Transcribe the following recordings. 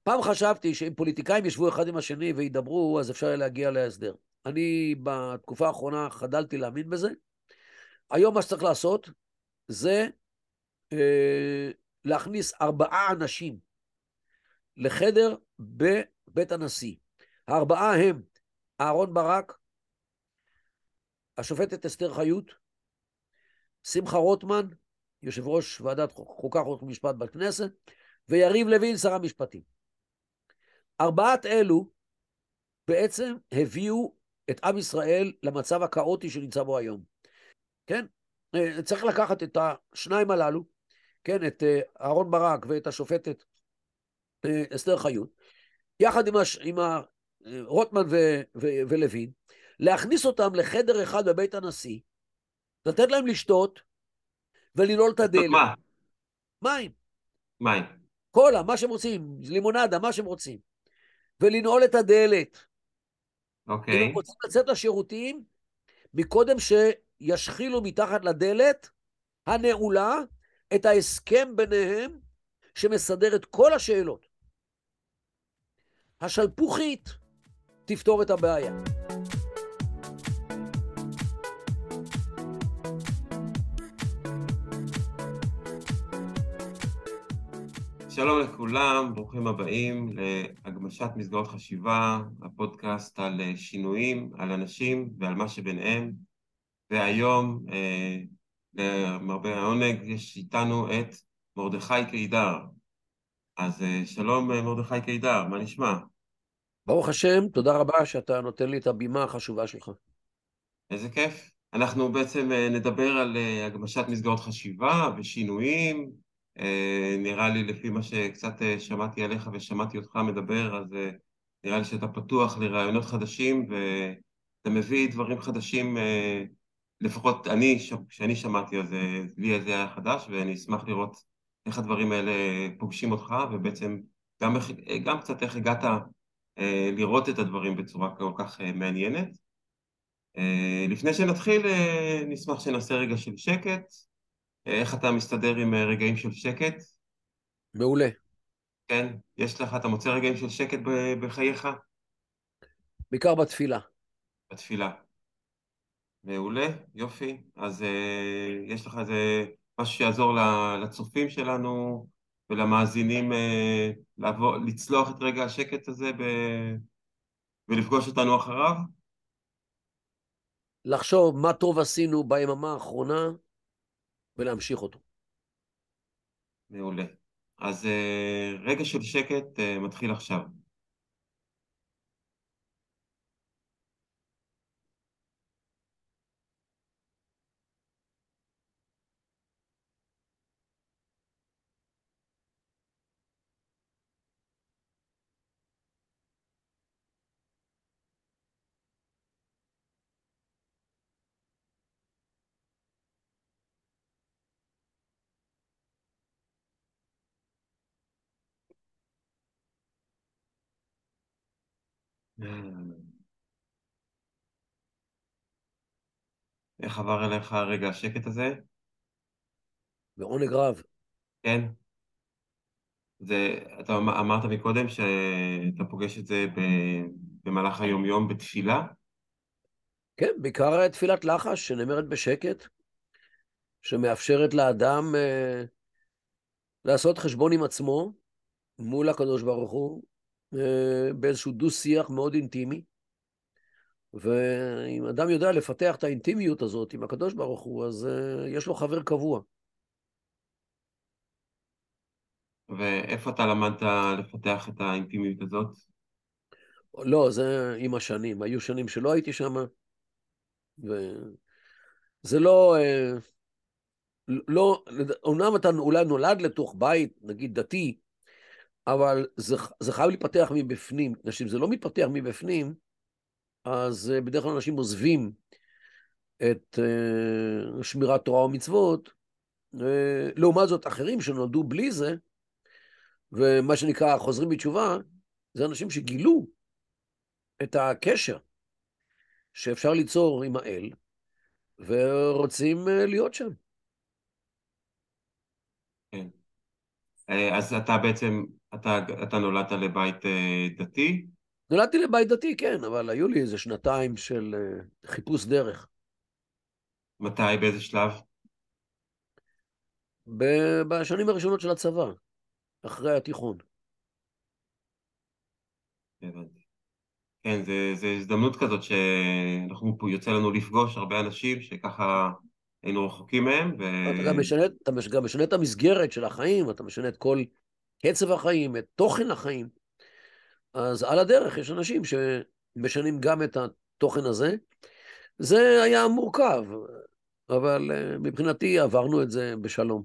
פעם חשבתי שאם פוליטיקאים ישבו אחד עם השני וידברו, אז אפשר להגיע להסדר. אני בתקופה האחרונה חדלתי להאמין בזה. היום מה שצריך לעשות זה להכניס 4 אנשים לחדר בבית הנשיא. ה4 הם אהרון ברק, השופטת אסתר חיות, שמחה רוטמן, יושב ראש ועדת חוקה חוק ומשפט בכנסת, ויריב לוין, שר המשפטים. 4 אלו בעצם הביאו את עם ישראל למצב הכאוטי שנמצא בו היום. כן? צריך לקחת את השניים הללו, כן, את אהרון ברק ואת השופטת אסתר חיות, יחד עם רוטמן ולוין, להכניס אותם לחדר אחד בבית הנשיא, לתת להם לשתות ולנעול את לשתות הדלת. מה? מים, מים. קולה, מה שהם רוצים, לימונדה, מה שהם רוצים, ולנעול את הדלת. אם הם אוקיי. רוצים לצאת לשירותים, מקודם שישחילו מתחת לדלת הנעולה את ההסכם ביניהם שמסדר את כל השאלות. השלפוחית תפתור את הבעיה. שלום לכולם, ברוכים הבאים להגמשת מסגרות חשיבה, הפודקאסט על שינויים, על אנשים ועל מה שביניהם. והיום, למרבה העונג, יש איתנו את מרדכי קידר. אז שלום מרדכי קידר, מה נשמע? ברוך השם, תודה רבה שאתה נותן לי את הבימה החשובה שלך. איזה כיף. אנחנו בעצם נדבר על הגמשת מסגרות חשיבה ושינויים. נראה לי לפי מה שקצת שמעתי עליך ושמעתי אותך מדבר, אז נראה לי שאתה פתוח לרעיונות חדשים ואתה מביא דברים חדשים, לפחות כשאני שמעתי אז לי זה היה חדש, ואני אשמח לראות איך הדברים האלה פוגשים אותך, ובעצם גם קצת איך הגעת לראות את הדברים בצורה כל כך מעניינת. לפני שנתחיל, נשמח שנעשה רגע של שקט. איך אתה מסתדר עם רגעים של שקט? מעולה. כן? אתה מוצא רגעים של שקט בחייך? בעיקר בתפילה. בתפילה. מעולה, יופי. אז יש לך איזה משהו שיעזור לצופים שלנו ולמאזינים לצלוח את רגע השקט הזה ולפגוש אותנו אחריו? לחשוב מה טוב עשינו ביממה האחרונה ולהמשיך אותו. מעולה. אז רגע של שקט מתחיל עכשיו. איך עבר אליך רגע השקט הזה? בעונג רב. כן? אתה אמרת מקודם שאתה פוגש את זה במהלך היום-יום בתפילה? כן, בעיקר תפילת לחש שנאמרת בשקט, שמאפשרת לאדם לעשות חשבון עם עצמו מול הקדוש ברוך הוא, באיזשהו דו-שיח מאוד אינטימי. ואם אדם יודע לפתח את האינטימיות הזאת עם הקדוש ברוך הוא, אז יש לו חבר קבוע. ואיפה אתה למדת לפתח את האינטימיות הזאת? לא, זה עם השנים. היו שנים שלא הייתי שם, וזה לא, לא, אומנם אתה אולי נולד לתוך בית, נגיד דתי, אבל זה חייב להיפתח מבפנים. אנשים, זה לא מתפתח מבפנים, אז בדרך כלל אנשים עוזבים את שמירת תורה ומצוות. לעומת זאת, אחרים שנולדו בלי זה, ומה שנקרא חוזרים בתשובה, זה אנשים שגילו את הקשר שאפשר ליצור עם האל, ורוצים להיות שם. כן. אז אתה בעצם אתה נולדת לבית דתי? נולדתי לבית דתי, כן, אבל היו לי איזה שנתיים של חיפוש דרך. מתי, באיזה שלב? בשנים הראשונות של הצבא, אחרי התיכון. הבנתי. כן, זה הזדמנות כזאת שאנחנו פה, יוצא לנו לפגוש הרבה אנשים שככה היינו רחוקים מהם, אתה גם משנה את המסגרת של החיים, אתה משנה את כל קצב החיים, את תוכן החיים. אז על הדרך יש אנשים שמשנים גם את התוכן הזה. זה היה מורכב, אבל מבחינתי עברנו את זה בשלום.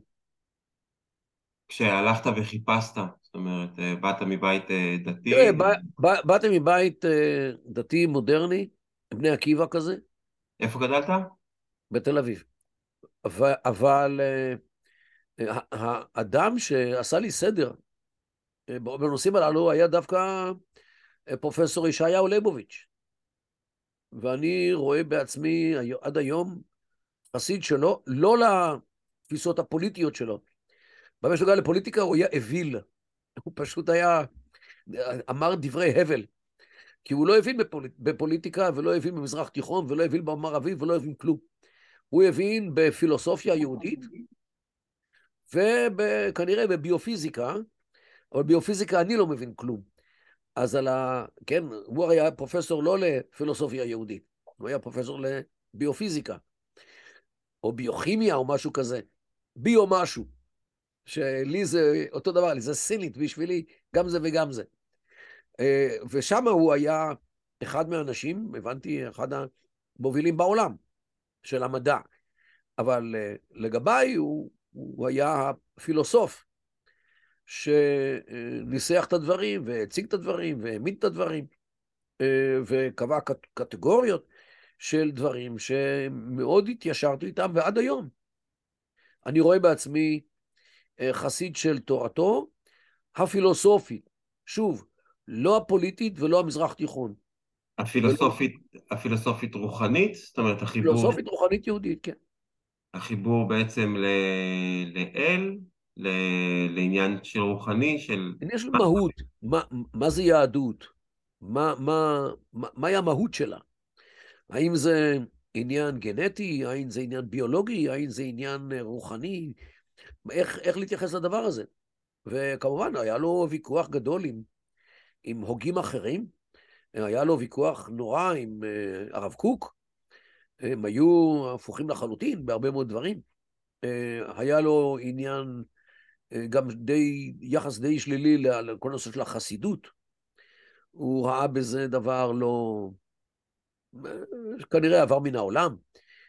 כשהלכת וחיפשת, זאת אומרת, באת מבית תראה, דתי, באתי מבית דתי מודרני, בני עקיבא כזה, איפה גדלת? בתל אביב. אבל האדם שעשה לי סדר בנושאים הללו היה דווקא פרופסור ישעיהו ליבוביץ'. ואני רואה בעצמי עד היום חסיד שלו, לא לתפיסות הפוליטיות שלו. במה שנוגע לפוליטיקה הוא היה אוויל. הוא פשוט היה, אמר דברי הבל. כי הוא לא הבין בפוליטיקה, ולא הבין במזרח תיכון, ולא הבין במערבי, ולא הבין כלום. הוא הבין בפילוסופיה יהודית, וכנראה בביופיזיקה, אבל ביופיזיקה אני לא מבין כלום. אז כן, הוא היה פרופסור לא לפילוסופיה יהודית, הוא היה פרופסור לביופיזיקה, או ביוכימיה, או משהו כזה. ביו משהו, שלי זה אותו דבר, לי זה סינית בשבילי, גם זה וגם זה. ושם הוא היה אחד מהאנשים, הבנתי, אחד המובילים בעולם של המדע. אבל לגביי הוא היה הפילוסוף שניסח את הדברים והציג את הדברים והעמיד את הדברים וקבע קטגוריות של דברים שמאוד התיישרתי איתם, ועד היום אני רואה בעצמי חסיד של תורתו הפילוסופית, שוב, לא הפוליטית ולא המזרח תיכון. הפילוסופית רוחנית, זאת אומרת, פילוסופית רוחנית יהודית, כן. החיבור בעצם לאל, לעניין של רוחני, של... עניין של מהות, מה זה יהדות? מהי המהות שלה? האם זה עניין גנטי? האם זה עניין ביולוגי? האם זה עניין רוחני? איך להתייחס לדבר הזה? וכמובן, היה לו ויכוח גדול עם הוגים אחרים, היה לו ויכוח נורא עם הרב קוק, הם היו הפוכים לחלוטין בהרבה מאוד דברים. היה לו עניין, גם יחס די שלילי לכל נושא של החסידות. הוא ראה בזה דבר לא, כנראה עבר מן העולם.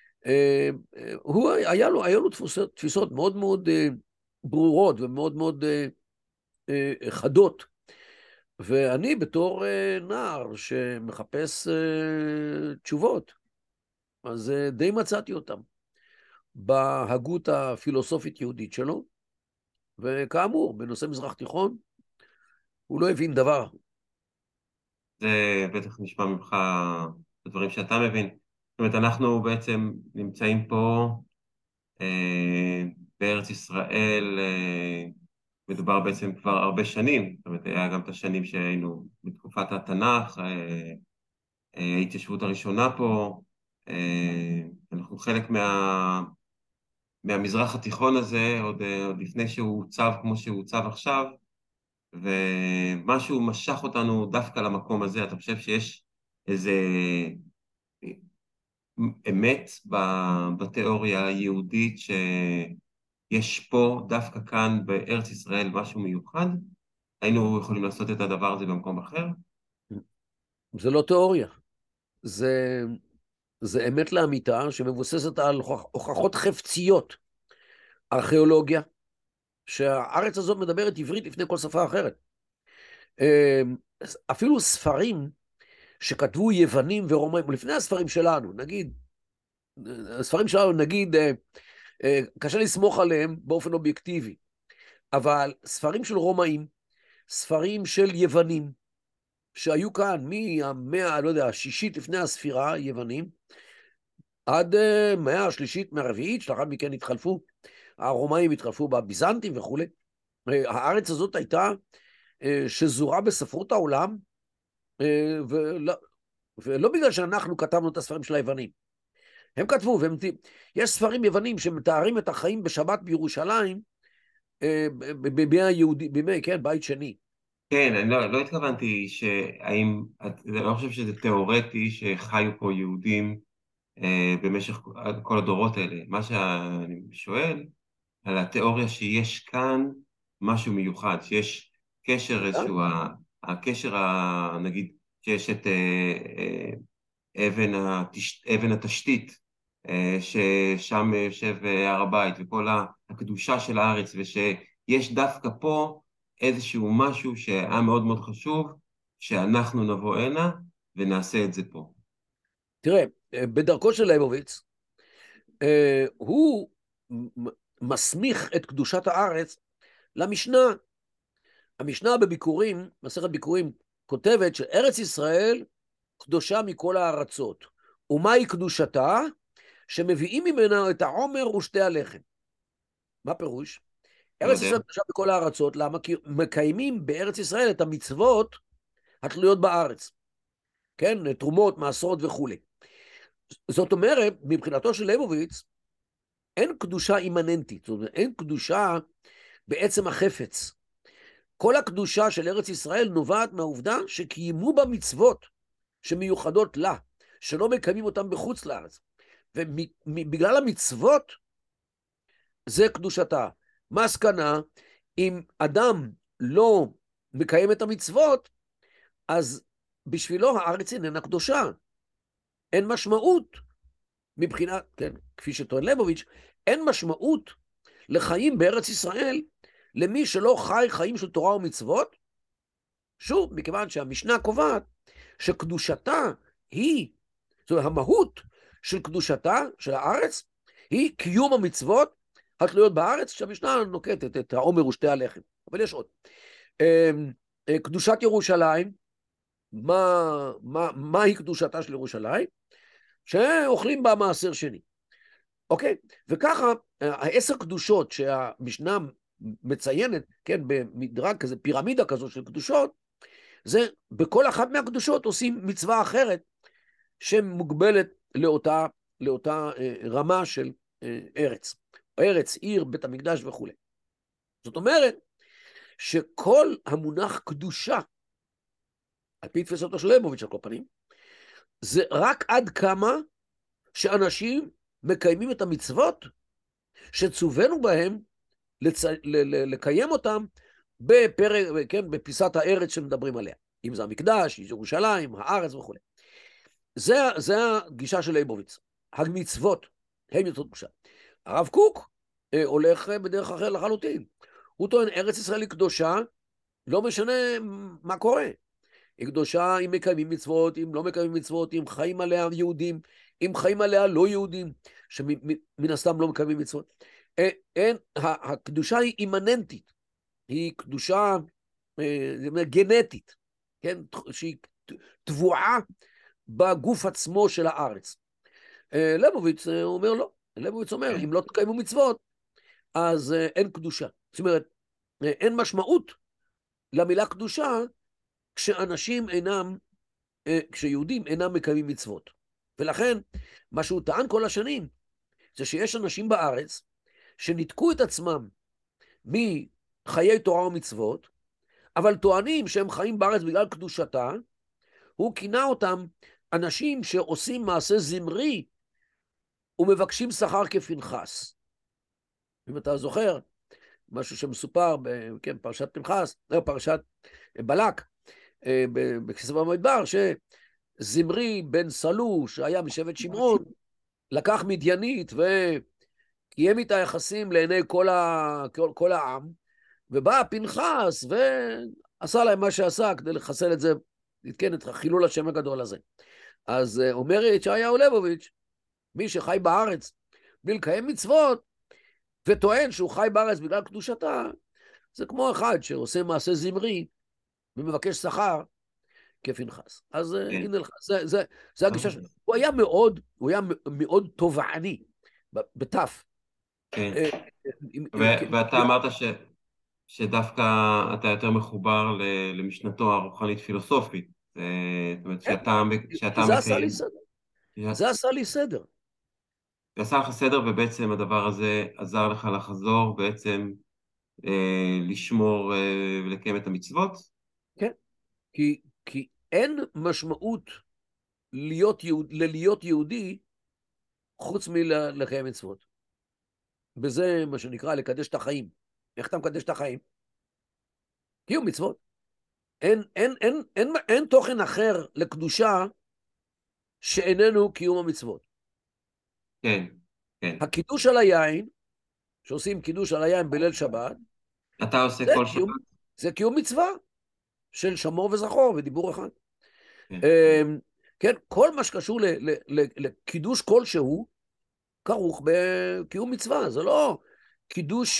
היו לו תפיסות מאוד מאוד ברורות ומאוד מאוד חדות. ואני בתור נער שמחפש תשובות, אז די מצאתי אותם בהגות הפילוסופית יהודית שלו, וכאמור, בנושא מזרח תיכון, הוא לא הבין דבר. זה בטח נשמע ממך הדברים שאתה מבין. זאת אומרת, אנחנו בעצם נמצאים פה בארץ ישראל, מדובר בעצם כבר הרבה שנים, זאת אומרת, היה גם את השנים שהיינו בתקופת התנ"ך, ההתיישבות הראשונה פה, אנחנו חלק מהמזרח התיכון הזה, עוד לפני שהוא עוצב כמו שהוא עוצב עכשיו, ומשהו משך אותנו דווקא למקום הזה. אתה חושב שיש איזה אמת בתיאוריה היהודית שיש פה, דווקא כאן בארץ ישראל, משהו מיוחד? היינו יכולים לעשות את הדבר הזה במקום אחר? זה לא תיאוריה, זה אמת לאמיתה שמבוססת על הוכחות חפציות. ארכיאולוגיה, שהארץ הזאת מדברת עברית לפני כל שפה אחרת. אפילו ספרים שכתבו יוונים ורומאים, לפני הספרים שלנו, נגיד, הספרים שלנו, נגיד, קשה לסמוך עליהם באופן אובייקטיבי, אבל ספרים של רומאים, ספרים של יוונים, שהיו כאן מהמאה, לא יודע, השישית לפני הספירה, יוונים, עד מאה השלישית, מהרביעית, שלאחר מכן התחלפו, הרומאים התחלפו בביזנטים וכו'. הארץ הזאת הייתה שזורה בספרות העולם, ולא בגלל שאנחנו כתבנו את הספרים של היוונים. הם כתבו, יש ספרים יוונים שמתארים את החיים בשבת בירושלים, בימי היהודי, בימי, כן, בית שני. כן, אני לא התכוונתי שהאם, אני לא חושב שזה תיאורטי שחיו פה יהודים במשך כל הדורות האלה. מה שאני שואל, על התיאוריה שיש כאן משהו מיוחד, שיש קשר איזשהו, הקשר, נגיד, שיש את אבן התשתית, ששם יושב הר הבית, וכל הקדושה של הארץ, ושיש דווקא פה איזשהו משהו שהיה מאוד מאוד חשוב, שאנחנו נבוא הנה ונעשה את זה פה. תראה, בדרכו של ליבוביץ, הוא מסמיך את קדושת הארץ למשנה. המשנה בביקורים, מסכת ביקורים, כותבת שארץ ישראל קדושה מכל הארצות. ומהי קדושתה? שמביאים ממנה את העומר ושתי הלחם. מה פירוש? ארץ ישראל קדושה בכל הארצות, למה? כי מקיימים בארץ ישראל את המצוות התלויות בארץ. כן, תרומות, מעשרות וכו'. זאת אומרת, מבחינתו של ליבוביץ, אין קדושה אימננטית, זאת אומרת, אין קדושה בעצם החפץ. כל הקדושה של ארץ ישראל נובעת מהעובדה שקיימו בה מצוות שמיוחדות לה, שלא מקיימים אותם בחוץ לארץ. ובגלל המצוות, זה קדושתה. מסקנה, אם אדם לא מקיים את המצוות, אז בשבילו הארץ איננה קדושה. אין משמעות מבחינת, כן, כפי שטוען ליבוביץ', אין משמעות לחיים בארץ ישראל למי שלא חי חיים של תורה ומצוות. שוב, מכיוון שהמשנה קובעת שקדושתה היא, זאת אומרת, המהות של קדושתה, של הארץ, היא קיום המצוות התלויות בארץ, שהמשנה נוקטת את העומר ושתי הלחם. אבל יש עוד. קדושת ירושלים, מהי קדושתה של ירושלים? שאוכלים בה מעשר שני. אוקיי? וככה, 10 קדושות שהמשנה מציינת, כן, במדרג כזה, פירמידה כזו של קדושות, זה בכל אחת מהקדושות עושים מצווה אחרת, שמוגבלת לאותה רמה של ארץ. ארץ, עיר, בית המקדש וכו'. זאת אומרת, שכל המונח קדושה, על פי תפיסתו של ליבוביץ' על כל פנים, זה רק עד כמה שאנשים מקיימים את המצוות שצווינו בהם לקיים אותם בפרק, כן, בפיסת הארץ שמדברים עליה. אם זה המקדש, ירושלים, הארץ וכו'. זה הגישה של ליבוביץ. המצוות הם יוצרות קדושה. הרב קוק הולך בדרך אחרת לחלוטין. הוא טוען, ארץ ישראל היא קדושה, לא משנה מה קורה. היא קדושה אם מקיימים מצוות, אם לא מקיימים מצוות, אם חיים עליה יהודים, אם חיים עליה לא יהודים, שמן הסתם לא מקיימים מצוות. הקדושה היא אימננטית, היא קדושה גנטית, כן? שהיא טבועה בגוף עצמו של הארץ. ליבוביץ אומר לא, ליבוביץ אומר, אם לא תקיימו מצוות, אז אין קדושה. זאת אומרת, אין משמעות למילה קדושה, כשיהודים אינם מקיימים מצוות. ולכן, מה שהוא טען כל השנים, זה שיש אנשים בארץ, שניתקו את עצמם מחיי תורה ומצוות, אבל טוענים שהם חיים בארץ בגלל קדושתה, הוא כינה אותם אנשים שעושים מעשה זמרי, ומבקשים שכר כפנחס. אם אתה זוכר, משהו שמסופר, כן, פרשת פנחס, פרשת בלק, בכסף במדבר, שזמרי בן סלו, שהיה משבט שמעון, לקח מדיינית וקיים איתה יחסים לעיני כל העם, ובא פנחס ועשה להם מה שעשה כדי לחסל את זה, לתקן את חילול השם הגדול הזה. אז אומר ישעיהו ליבוביץ', מי שחי בארץ בלי לקיים מצוות, וטוען שהוא חי בארץ בגלל קדושתה, זה כמו אחד שעושה מעשה זמרי, ומבקש שכר כפנחס. אז הנה לך, זה הגישה שלו. הוא היה מאוד תובעני, בתף. כן. ואתה אמרת שדווקא אתה יותר מחובר למשנתו הרוחנית-פילוסופית. זאת אומרת, כן, שאתה כי זה עשה לי מקיים, סדר. זה עשה לי סדר. זה עשה לך סדר, ובעצם הדבר הזה עזר לך לחזור, בעצם לשמור ולקיים את המצוות. כן, כי אין משמעות ללהיות יהודי חוץ מלקיים מצוות. וזה מה שנקרא לקדש את החיים. איך אתה מקדש את החיים? קיום מצוות. אין תוכן אחר לקדושה שאיננו קיום המצוות. כן, כן. הקידוש על היין, שעושים קידוש על היין בליל שבת, אתה עושה זה כל קיום, שבת? זה קיום מצווה של שמור וזכור ודיבור אחד. כן. כן, כל מה שקשור לקידוש כלשהו, כרוך בקיום מצווה, זה לא קידוש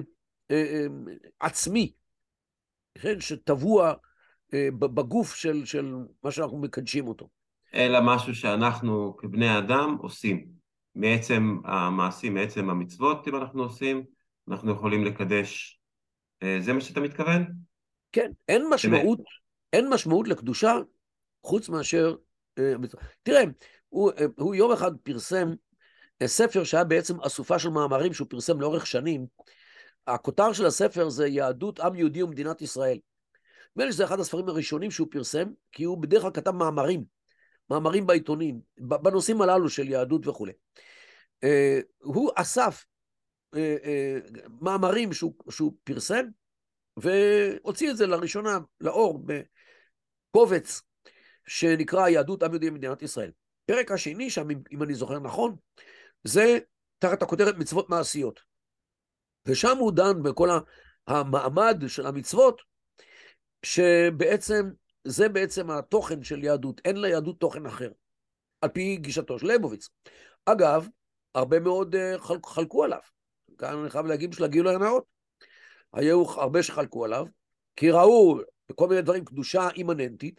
עצמי, כן, שטבוע בגוף של מה שאנחנו מקדשים אותו. אלא משהו שאנחנו כבני אדם עושים. מעצם המעשים, מעצם המצוות, אם אנחנו עושים, אנחנו יכולים לקדש. זה מה שאתה מתכוון? כן, באמת. אין משמעות לקדושה חוץ מאשר מצווה. תראה, הוא יום אחד פרסם ספר שהיה בעצם אסופה של מאמרים שהוא פרסם לאורך שנים. הכותר של הספר זה יהדות עם יהודי ומדינת ישראל. נדמה לי שזה אחד הספרים הראשונים שהוא פרסם, כי הוא בדרך כלל כתב מאמרים בעיתונים, בנושאים הללו של יהדות וכו'. הוא אסף מאמרים שהוא פרסם, והוציא את זה לראשונה לאור בקובץ שנקרא יהדות עם יהודי ומדינת ישראל. פרק השני, שם, אם אני זוכר נכון, זה תחת הכותרת מצוות מעשיות. ושם הוא דן בכל המעמד של המצוות, שבעצם, זה בעצם התוכן של יהדות, אין ליהדות תוכן אחר, על פי גישתו של ליבוביץ. אגב, הרבה מאוד חלקו עליו. כאן אני חייב להגיד בשביל הגילוי הנאות. היו הרבה שחלקו עליו, כי ראו בכל מיני דברים קדושה אימננטית,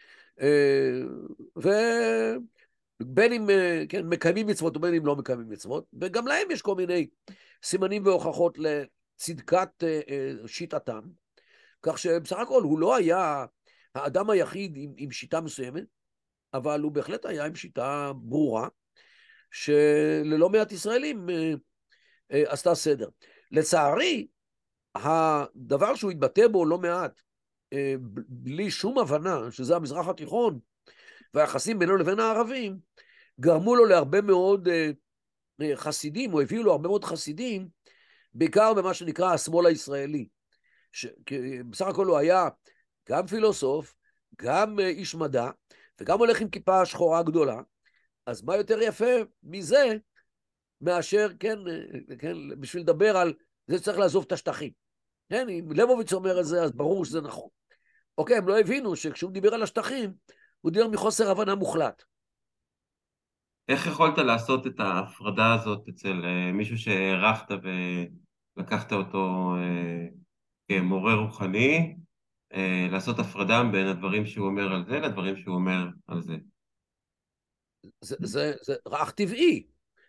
ובין אם כן, מקיימים מצוות ובין אם לא מקיימים מצוות, וגם להם יש כל מיני סימנים והוכחות לצדקת שיטתם, כך שבסך הכל הוא לא היה האדם היחיד עם שיטה מסוימת, אבל הוא בהחלט היה עם שיטה ברורה, שללא מעט ישראלים עשתה סדר. לצערי, הדבר שהוא התבטא בו לא מעט, בלי שום הבנה, שזה המזרח התיכון, והיחסים בינו לבין הערבים, גרמו לו להרבה מאוד חסידים, או הביאו לו הרבה מאוד חסידים, בעיקר במה שנקרא השמאל הישראלי. בסך הכל הוא היה גם פילוסוף, גם איש מדע, וגם הולך עם כיפה שחורה גדולה, אז מה יותר יפה מזה, מאשר, כן, בשביל לדבר על זה צריך לעזוב את השטחים. כן, אם ליבוביץ אומר את זה, אז ברור שזה נכון. אוקיי, הם לא הבינו שכשהוא דיבר על השטחים, הוא דיבר מחוסר הבנה מוחלט. איך יכולת לעשות את ההפרדה הזאת אצל מישהו שהערכת ולקחת אותו כמורה רוחני, לעשות הפרדה בין הדברים שהוא אומר על זה לדברים שהוא אומר על זה? זה רך טבעי.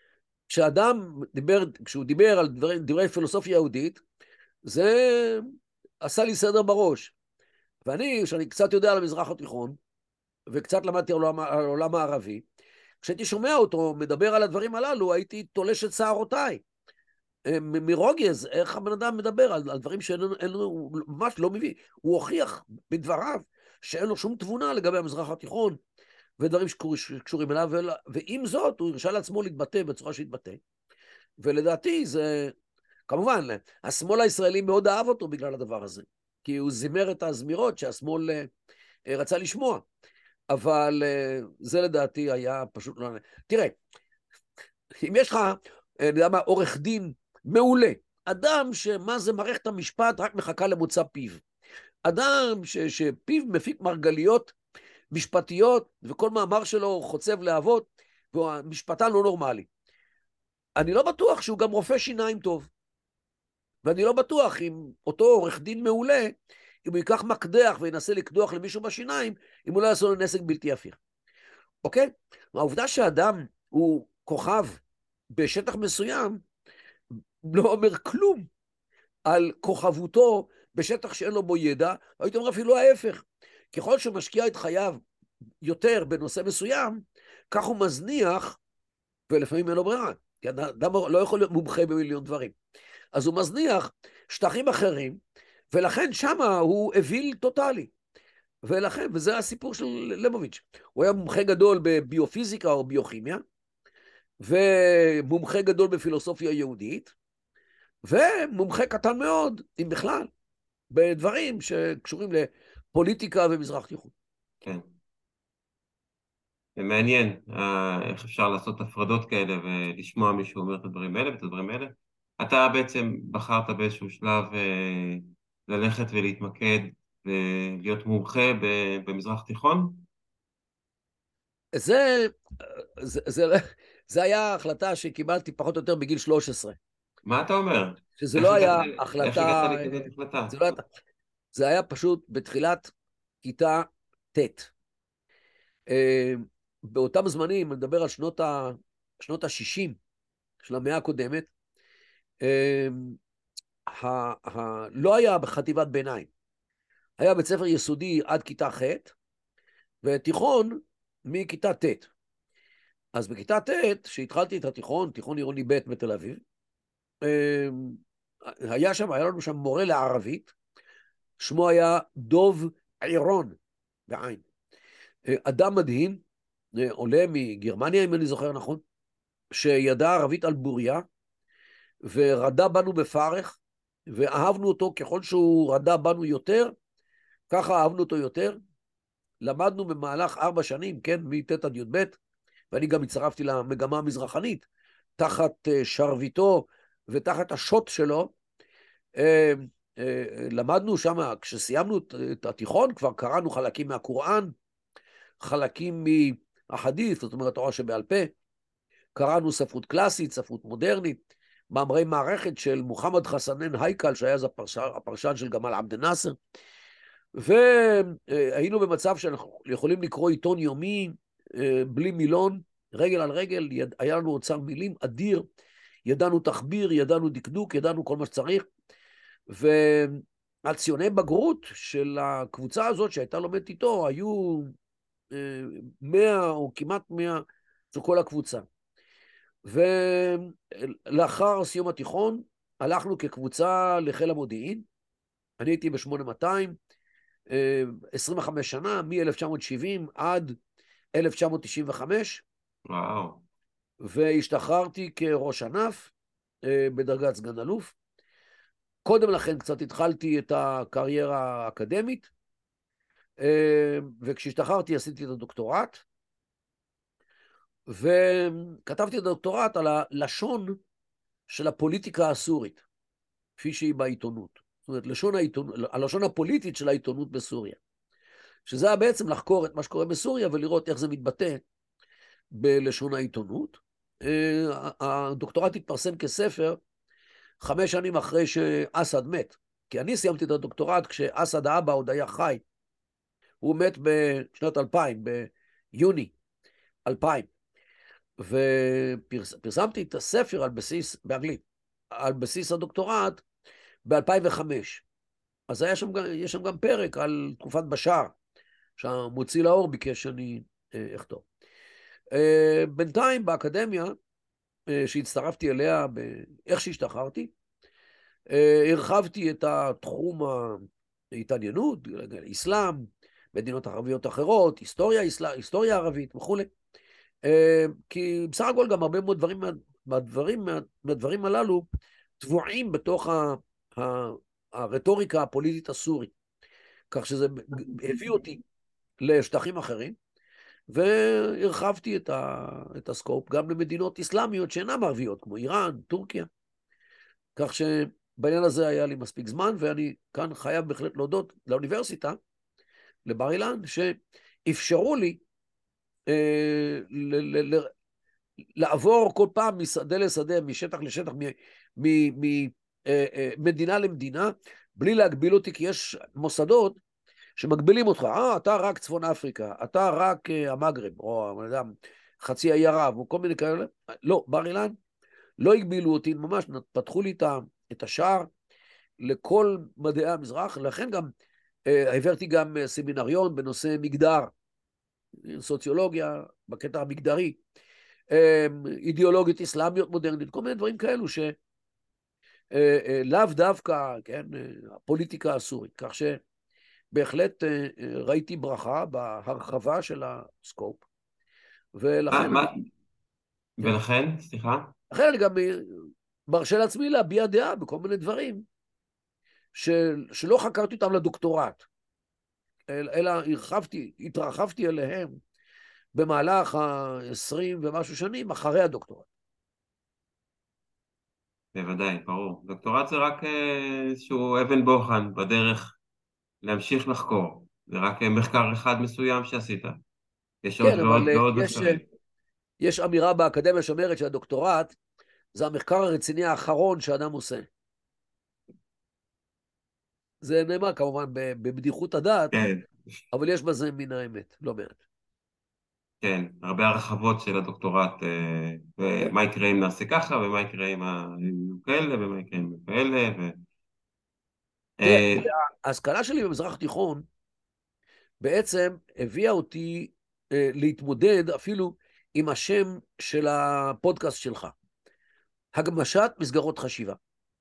כשהוא דיבר על דברי פילוסופיה יהודית, זה עשה לי סדר בראש. ואני, שאני קצת יודע על המזרח התיכון, וקצת למדתי על העולם הערבי, כשהייתי שומע אותו מדבר על הדברים הללו, הייתי תולש את שערותיי. מרוגז, איך הבן אדם מדבר על דברים הוא ממש לא מביא. הוא הוכיח בדבריו שאין לו שום תבונה לגבי המזרח התיכון, ודברים שקשורים אליו, ועם זאת הוא הרשה לעצמו להתבטא בצורה שהתבטא. ולדעתי זה, כמובן, השמאל הישראלי מאוד אהב אותו בגלל הדבר הזה, כי הוא זימר את הזמירות שהשמאל רצה לשמוע. אבל זה לדעתי היה פשוט לא... תראה, אם יש לך, אני יודע מה, עורך דין מעולה, אדם שמה זה מערכת המשפט רק מחכה למוצא פיו, אדם שפיו מפיק מרגליות משפטיות, וכל מאמר שלו חוצב להבות, והוא משפטן לא נורמלי. אני לא בטוח שהוא גם רופא שיניים טוב. ואני לא בטוח אם אותו עורך דין מעולה, אם הוא ייקח מקדח וינסה לקדוח למישהו בשיניים, אם הוא לא יעשו לו נזק בלתי הפיך. אוקיי? העובדה שאדם הוא כוכב בשטח מסוים, לא אומר כלום על כוכבותו בשטח שאין לו בו ידע, הייתי אומר אפילו ההפך. ככל שמשקיע את חייו יותר בנושא מסוים, כך הוא מזניח, ולפעמים אין לו ברירה, כי אדם לא יכול להיות מומחה במיליון דברים. אז הוא מזניח שטחים אחרים, ולכן שמה הוא אוויל טוטלי. ולכן, וזה הסיפור של ליבוביץ'. הוא היה מומחה גדול בביופיזיקה או ביוכימיה, ומומחה גדול בפילוסופיה יהודית, ומומחה קטן מאוד, אם בכלל, בדברים שקשורים לפוליטיקה ומזרח תיכון. כן. זה מעניין איך אפשר לעשות הפרדות כאלה ולשמוע מישהו אומר את הדברים האלה ואת הדברים האלה. אתה בעצם בחרת באיזשהו שלב ללכת ולהתמקד ולהיות מומחה במזרח תיכון? זה היה החלטה שקיבלתי פחות או יותר בגיל 13. מה אתה אומר? שזה לא היה איך הגעת החלטה, לכזאת החלטה? זה היה פשוט בתחילת כיתה ט'. באותם זמנים, אני מדבר על שנות ה-60 של המאה הקודמת, לא היה בחטיבת ביניים. היה בית ספר יסודי עד כיתה ח' ותיכון מכיתה ט'. אז בכיתה ט', שהתחלתי את התיכון, תיכון עירוני ב' בתל אביב, היה לנו שם מורה לערבית, שמו היה דוב עירון, בעין. אדם מדהים, עולה מגרמניה, אם אני זוכר נכון, שידע ערבית על בוריה, ורדה בנו בפרך, ואהבנו אותו ככל שהוא רדה בנו יותר, ככה אהבנו אותו יותר. למדנו במהלך 4 שנים, כן, מט' עד י"ב, ואני גם הצטרפתי למגמה המזרחנית, תחת שרביטו ותחת השוט שלו. למדנו שם, כשסיימנו את התיכון, כבר קראנו חלקים מהקוראן, חלקים מהחדית', זאת אומרת, תורה שבעל פה, קראנו ספרות קלאסית, ספרות מודרנית, מאמרי מערכת של מוחמד חסנן הייקל, שהיה אז הפרשן של גמל עבד אל-נאצר, והיינו במצב שאנחנו יכולים לקרוא עיתון יומי בלי מילון, רגל על רגל, היה לנו אוצר מילים אדיר, ידענו תחביר, ידענו דקדוק, ידענו כל מה שצריך, והציוני בגרות של הקבוצה הזאת שהייתה לומדת איתו, היו 100 או כמעט 100 של כל הקבוצה. ולאחר סיום התיכון, הלכנו כקבוצה לחיל המודיעין, אני הייתי ב-8200, 25 שנה, מ-1970 עד 1995. וואו. והשתחררתי כראש ענף, בדרגת סגן אלוף. קודם לכן קצת התחלתי את הקריירה האקדמית, וכשהשתחררתי עשיתי את הדוקטורט, וכתבתי את הדוקטורט על הלשון של הפוליטיקה הסורית, כפי שהיא בעיתונות. זאת אומרת, הלשון הפוליטית של העיתונות בסוריה. שזה היה בעצם לחקור את מה שקורה בסוריה ולראות איך זה מתבטא בלשון העיתונות. הדוקטורט התפרסם כספר 5 שנים אחרי שאסד מת, כי אני סיימתי את הדוקטורט כשאסד האבא עוד היה חי. הוא מת בשנת 2000, ביוני 2000, ופרסמתי את הספר באנגלית, על בסיס הדוקטורט ב-2005. אז יש שם גם פרק על תקופת בשאר, שהמוציא לאור ביקש שאני אכתוב. בינתיים באקדמיה, שהצטרפתי אליה, איך שהשתחררתי, הרחבתי את התחום ההתעניינות, אסלאם, מדינות ערביות אחרות, היסטוריה ערבית וכו'. כי בסך הכל גם הרבה מאוד מהדברים הללו טבועים בתוך הרטוריקה הפוליטית הסורית. כך שזה הביא אותי לשטחים אחרים, והרחבתי את הסקופ גם למדינות אסלאמיות שאינן ערביות, כמו איראן, טורקיה. כך שבעניין הזה היה לי מספיק זמן, ואני כאן חייב בהחלט להודות לאוניברסיטה, לבר אילן, שאפשרו לי לעבור כל פעם משדה לשדה, משטח לשטח, ממדינה למדינה, בלי להגביל אותי, כי יש מוסדות שמגבילים אותך, אתה רק צפון אפריקה, אתה רק המגרב, או חצי האי ערב, או כל מיני כאלה. לא, בר אילן, לא הגבילו אותי, ממש פתחו לי את השער, לכל מדעי המזרח, לכן גם העברתי גם סמינריון בנושא מגדר, סוציולוגיה, בקטע המגדרי, אידיאולוגיות אסלאמיות מודרנית, כל מיני דברים כאלו שלאו דווקא, כן, הפוליטיקה הסורית, כך שבהחלט ראיתי ברכה בהרחבה של הסקופ, ולכן אני, כן, ולכן, סליחה? לכן אני גם מרשה לעצמי להביע דעה בכל מיני דברים שלא חקרתי אותם לדוקטורט, אלא התרחבתי אליהם במהלך ה-20 ומשהו שנים אחרי הדוקטורט. בוודאי, ברור. דוקטורט זה רק איזשהו אבן בוחן בדרך להמשיך לחקור. זה רק מחקר אחד מסוים שעשית. יש עוד כן, אבל ועוד ועוד מחקרים. יש אמירה באקדמיה שאומרת שהדוקטורט זה המחקר הרציני האחרון שאדם עושה. זה נאמר כמובן בבדיחות הדעת, כן, אבל יש בזה מן האמת, לא מעט. כן, הרבה הרחבות של הדוקטורט, כן, ומה יקרה אם נעשה ככה, ומה יקרה אם יהיו כאלה, ומה יקרה אם יהיו כאלה, תראה, אה, ההשכלה שלי במזרח התיכון בעצם הביאה אותי להתמודד אפילו עם השם של הפודקאסט שלך, הגמשת מסגרות חשיבה.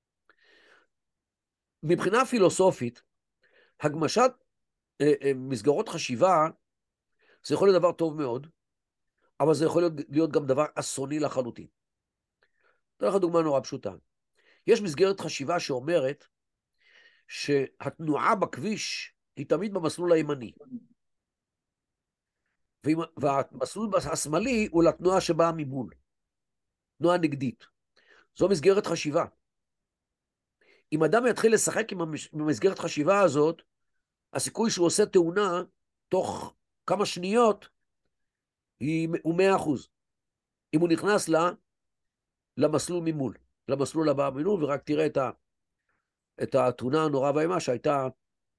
מבחינה פילוסופית, הגמשת מסגרות חשיבה זה יכול להיות דבר טוב מאוד, אבל זה יכול להיות גם דבר אסוני לחלוטין. אתן לך דוגמה נורא פשוטה. יש מסגרת חשיבה שאומרת שהתנועה בכביש היא תמיד במסלול הימני, והמסלול השמאלי הוא לתנועה שבאה ממול, תנועה נגדית. זו מסגרת חשיבה. אם אדם יתחיל לשחק עם המסגרת חשיבה הזאת, הסיכוי שהוא עושה תאונה תוך כמה שניות הוא 100%. אם הוא נכנס למסלול ממול, למסלול הבא ממול, ורק תראה את התאונה הנורא והאימה שהייתה,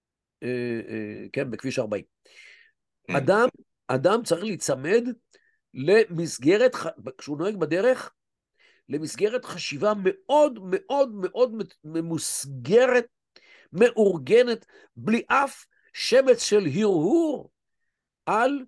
כן, בכביש 40. כן, אדם צריך להיצמד למסגרת, כשהוא נוהג בדרך, למסגרת חשיבה מאוד מאוד מאוד ממוסגרת, מאורגנת, בלי אף שמץ של הרהור על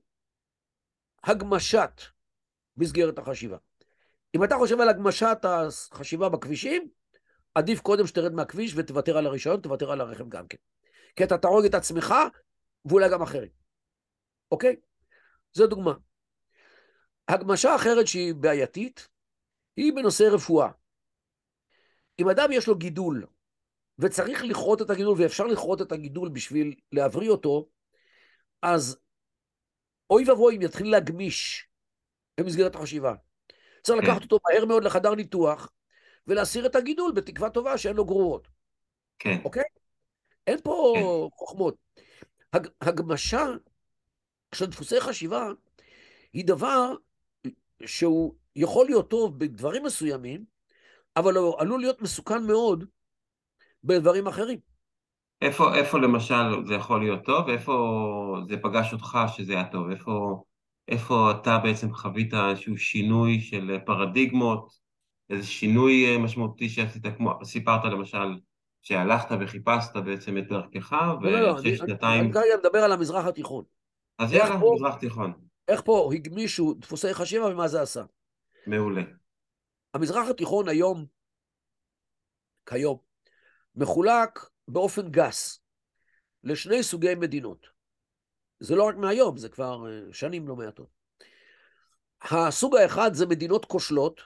הגמשת מסגרת החשיבה. אם אתה חושב על הגמשת החשיבה בכבישים, עדיף קודם שתרד מהכביש ותוותר על הרישיון, תוותר על הרכב גם כן. כי אתה תהרוג את עצמך, ואולי גם אחרים. אוקיי? זו דוגמה. הגמשה אחרת שהיא בעייתית, היא בנושא רפואה. אם אדם יש לו גידול, וצריך לכרות את הגידול, ואפשר לכרות את הגידול בשביל להבריא אותו, אז אוי ואבוי אם יתחיל להגמיש במסגרת החשיבה. צריך כן, לקחת אותו מהר מאוד לחדר ניתוח, ולהסיר את הגידול בתקווה טובה שאין לו גרורות. כן, אוקיי? אין כן. פה חוכמות. הגמשה של דפוסי חשיבה היא דבר שהוא יכול להיות טוב בדברים מסוימים, אבל הוא עלול להיות מסוכן מאוד בדברים אחרים. איפה למשל זה יכול להיות טוב, ואיפה זה פגש אותך שזה היה טוב? איפה אתה בעצם חווית איזשהו שינוי של פרדיגמות, איזה שינוי משמעותי שעשית, כמו סיפרת למשל, שהלכת וחיפשת בעצם את דרכך, לא, לא, לא, ואחרי אני שנתיים, כרגע מדבר על המזרח התיכון. אז איך יאללה, פה, מזרח תיכון, איך פה הגמישו דפוסי חשיבה ומה זה עשה. מעולה. המזרח התיכון כיום, מחולק באופן גס לשני סוגי מדינות. זה לא רק מהיום, זה כבר שנים לא מעטות. הסוג האחד זה מדינות כושלות,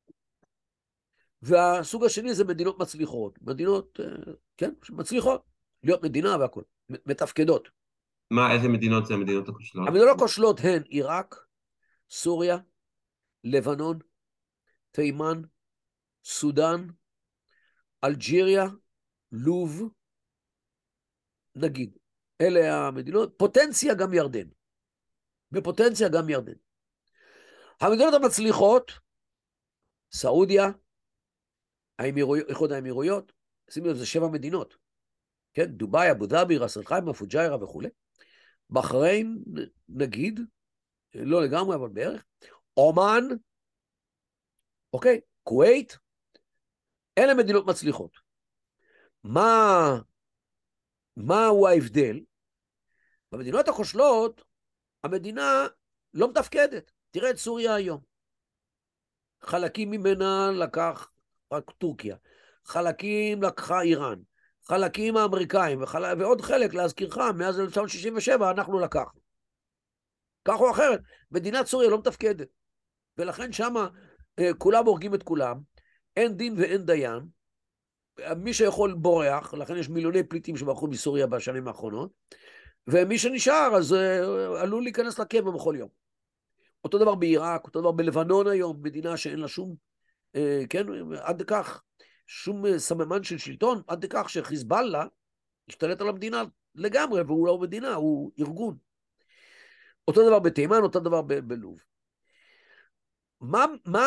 והסוג השני זה מדינות מצליחות. מדינות, כן, מצליחות להיות מדינה והכול, מתפקדות. איזה מדינות זה המדינות הכושלות? המדינות הכושלות הן עיראק, סוריה, לבנון, תימן, סודן, אלג'יריה, לוב, נגיד. אלה המדינות, פוטנציה גם ירדן. בפוטנציה גם ירדן. המדינות המצליחות, סעודיה, איחוד האמירויות, שימו לב, זה 7 מדינות. כן, דובאי, אבו דאבי, ראס אל חיימה, פוג'יירה וכו'. בחריין, נגיד, לא לגמרי, אבל בערך. אומן, אוקיי, כווית, אלה מדינות מצליחות. מהו ההבדל? במדינות הכושלות, המדינה לא מתפקדת. תראה את סוריה היום. חלקים ממנה לקח רק טורקיה, חלקים לקחה איראן, חלקים האמריקאים, ועוד חלק, להזכירך, מאז 1967 אנחנו לקחנו. כך או אחרת, מדינת סוריה לא מתפקדת. ולכן שמה כולם הורגים את כולם, אין דין ואין דיין, מי שיכול בורח, לכן יש מיליוני פליטים שברחו מסוריה בשנים האחרונות, ומי שנשאר אז עלול להיכנס לקבע בכל יום. אותו דבר בעיראק, אותו דבר בלבנון היום, מדינה שאין לה שום, כן, עד כך, שום סממן של שלטון, עד כך שחיזבאללה השתלט על המדינה לגמרי, והוא לא מדינה, הוא ארגון. אותו דבר בתימן, אותו דבר בלוב. מה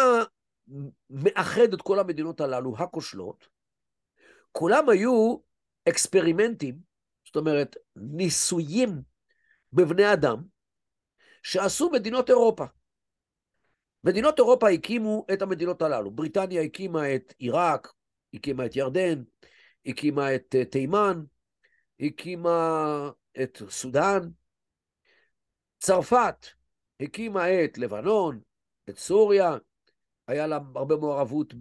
מאחד את כל המדינות הללו, הכושלות? כולם היו אקספרימנטים, זאת אומרת, ניסויים בבני אדם, שעשו מדינות אירופה. מדינות אירופה הקימו את המדינות הללו. בריטניה הקימה את עיראק, הקימה את ירדן, הקימה את תימן, הקימה את סודן. צרפת הקימה את לבנון, את סוריה, היה לה הרבה מעורבות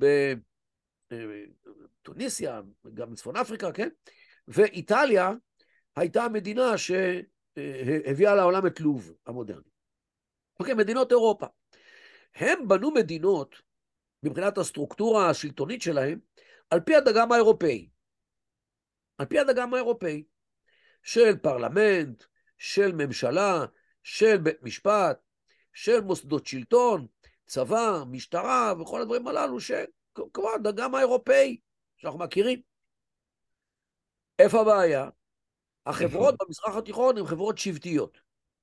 בתוניסיה, גם בצפון אפריקה, כן? ואיטליה הייתה המדינה שהביאה לעולם את לוב המודרני. אוקיי, מדינות אירופה. הם בנו מדינות, מבחינת הסטרוקטורה השלטונית שלהם, על פי הדגם האירופאי. על פי הדגם האירופאי, של פרלמנט, של ממשלה, של בית משפט, של מוסדות שלטון, צבא, משטרה, וכל הדברים הללו, שכמו הדגם האירופאי, שאנחנו מכירים. איפה הבעיה? החברות במזרח התיכון הן חברות שבטיות.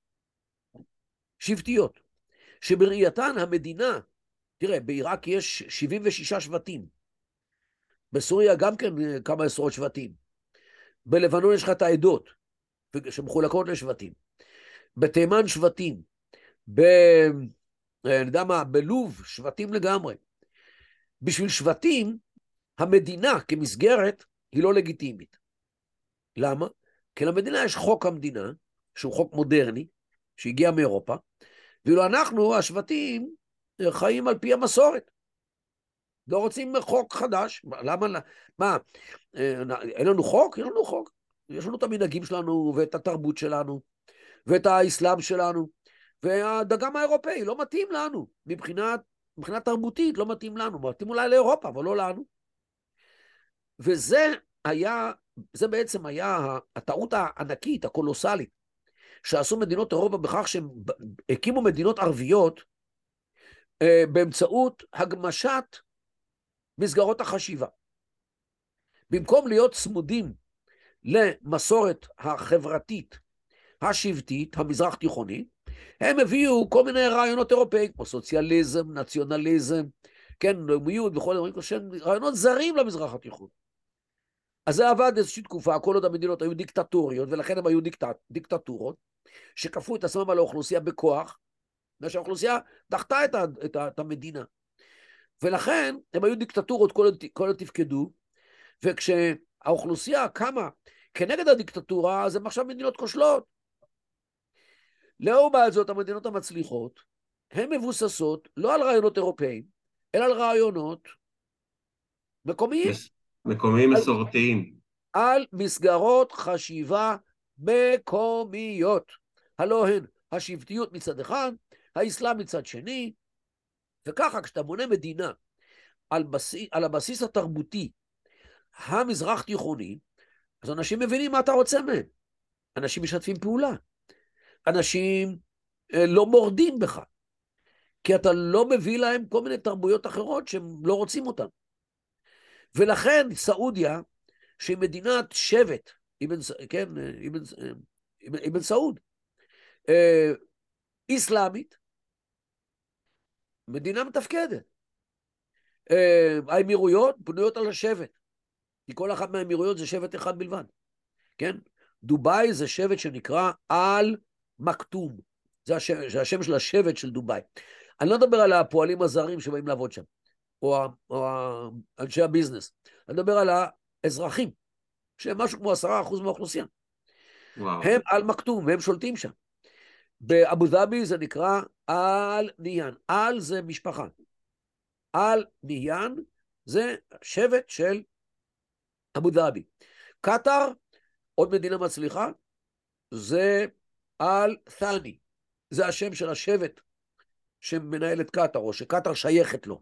שבטיות. שבראייתן המדינה, תראה, בעיראק יש 76 שבטים. בסוריה גם כן כמה עשרות שבטים. בלבנון יש לך את העדות, שמחולקות לשבטים. בתימן שבטים. אני יודע מה, בלוב שבטים לגמרי. בשביל שבטים, המדינה כמסגרת היא לא לגיטימית. למה? כי למדינה יש חוק המדינה, שהוא חוק מודרני, שהגיע מאירופה, ואילו אנחנו, השבטים, חיים על פי המסורת. לא רוצים חוק חדש. למה? מה? אין לנו חוק? אין לנו חוק. יש לנו את המנהגים שלנו, ואת התרבות שלנו, ואת האסלאם שלנו, והדגם האירופאי לא מתאים לנו. מבחינה תרבותית לא מתאים לנו. מתאים אולי לאירופה, אבל לא לנו. וזה בעצם היה הטעות הענקית, הקולוסלית, שעשו מדינות אירופה בכך שהם הקימו מדינות ערביות באמצעות הגמשת מסגרות החשיבה. במקום להיות צמודים למסורת החברתית, השבטית, המזרח תיכונית, הם הביאו כל מיני רעיונות אירופאים, כמו סוציאליזם, נציונליזם, כן, לאומיות וכל הדברים, רעיונות זרים למזרח התיכון. אז זה עבד איזושהי תקופה, כל עוד המדינות היו דיקטטוריות, ולכן הם היו דיקטטורות, שכפו את עצמם על האוכלוסייה בכוח, ושהאוכלוסייה דחתה את המדינה. ולכן הם היו דיקטטורות כל עוד תפקדו, וכשהאוכלוסייה קמה כנגד הדיקטטורה, אז הם עכשיו מדינות כושלות. לעומת זאת, המדינות המצליחות, הן מבוססות לא על רעיונות אירופאים, אלא על רעיונות מקומיים. מקומיים מסורתיים. על מסגרות חשיבה מקומיות. הלא הן השבטיות מצד אחד, האסלאם מצד שני, וככה כשאתה בונה מדינה על הבסיס התרבותי המזרח תיכוני, אז אנשים מבינים מה אתה רוצה מהם. אנשים משתפים פעולה. אנשים לא מורדים בך, כי אתה לא מביא להם כל מיני תרבויות אחרות שהם לא רוצים אותן. ולכן סעודיה, שהיא מדינת שבט, אבן סעוד, איסלאמית, מדינה מתפקדת. האמירויות בנויות על השבט, כי כל אחת מהאמירויות זה שבט אחד בלבד, כן? דובאי זה שבט שנקרא אל מקטום, זה השם של השבט של דובאי. אני לא מדבר על הפועלים הזרים שבאים לעבוד שם, או אנשי הביזנס, אני מדבר על האזרחים שהם משהו כמו 10% מהאוכלוסייה. וואו. הם על מכתום, והם שולטים שם. באבו דאבי זה נקרא אל ניהיין. אל זה משפחה. אל ניהיין זה שבט של אבו דאבי. קטר, עוד מדינה מצליחה, זה אל ת'אני. זה השם של השבט שמנהל את קטר, או שקטר שייכת לו.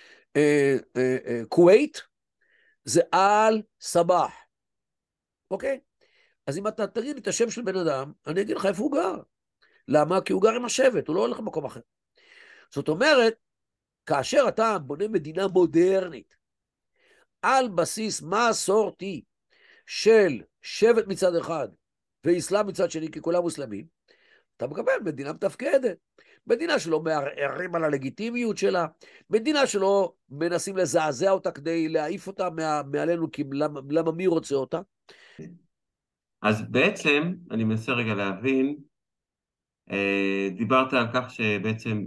כווית זה אל סבח. אוקיי? אז אם אתה תגיד את השם של בן אדם, אני אגיד לך איפה הוא גר. למה? כי הוא גר עם השבט, הוא לא הולך למקום אחר. זאת אומרת, כאשר אתה בונה מדינה מודרנית, על בסיס מסורתי של שבט מצד אחד, ואסלאם מצד שני, כי כולם מוסלמים, אתה מקבל מדינה מתפקדת. מדינה שלא מערערים על הלגיטימיות שלה, מדינה שלא מנסים לזעזע אותה כדי להעיף אותה מעלינו, כי למה מי רוצה אותה? אז בעצם, אני מנסה רגע להבין, דיברת על כך שבעצם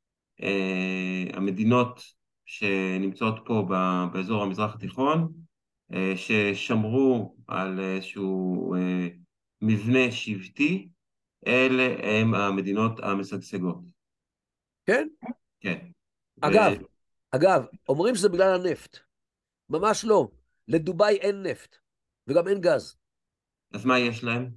המדינות שנמצאות פה באזור המזרח התיכון, ששמרו על איזשהו מבנה שבטי, אלה הם המדינות המשגשגות. כן? כן. אגב, אומרים שזה בגלל הנפט. ממש לא. לדובאי אין נפט, וגם אין גז. אז מה יש להם?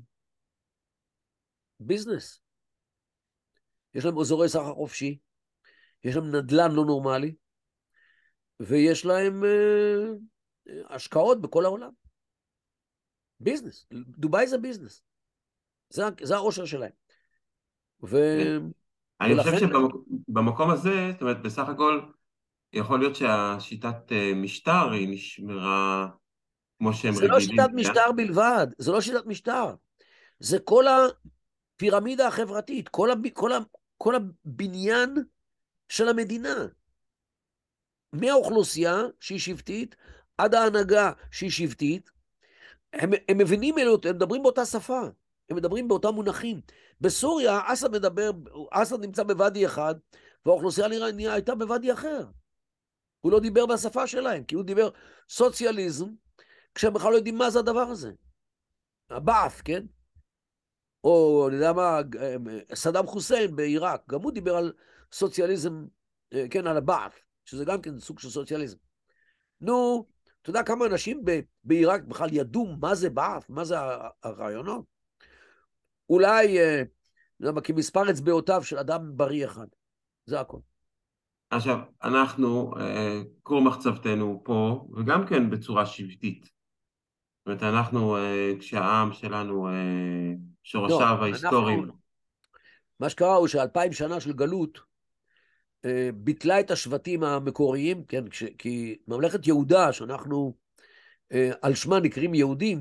ביזנס. יש להם אזורי סחר חופשי, יש להם נדל"ן לא נורמלי, ויש להם השקעות בכל העולם. ביזנס. דובאי זה ביזנס. זה העושר שלהם. אני חושב שבמקום הזה, זאת אומרת, בסך הכל, יכול להיות שהשיטת משטר היא נשמרה כמו שהם זה לא רגילים. שיטת משטר בלבד, זה לא שיטת משטר. זה כל הפירמידה החברתית, כל הבניין של המדינה. מהאוכלוסייה שהיא שבטית, עד ההנהגה שהיא שבטית, הם מבינים אלו, הם מדברים באותה שפה, הם מדברים באותם מונחים. בסוריה, אסד נמצא בוואדי אחד, והאוכלוסייה הייתה בוואדי אחר. הוא לא דיבר בשפה שלהם, כי הוא דיבר סוציאליזם, כשהם בכלל לא יודעים מה זה הדבר הזה. הבעף, כן? או, אני יודע מה, סדאם חוסיין בעיראק, גם הוא דיבר על סוציאליזם, כן, על הבעף, שזה גם כן סוג של סוציאליזם. נו, אתה יודע כמה אנשים בעיראק בכלל ידעו מה זה בעף, מה זה הרעיונות? אולי, כמספר אצבעותיו של אדם בריא אחד. זה הכל. עכשיו, אנחנו, כור מחצבתנו פה, וגם כן בצורה שבטית. זאת אומרת, אנחנו, כשהעם שלנו, שורשיו ההיסטוריים. מה שקרה הוא ש2000 שנה של גלות, ביטלה את השבטים המקוריים, כן, כי ממלכת יהודה, שאנחנו על שמה נקראים יהודים,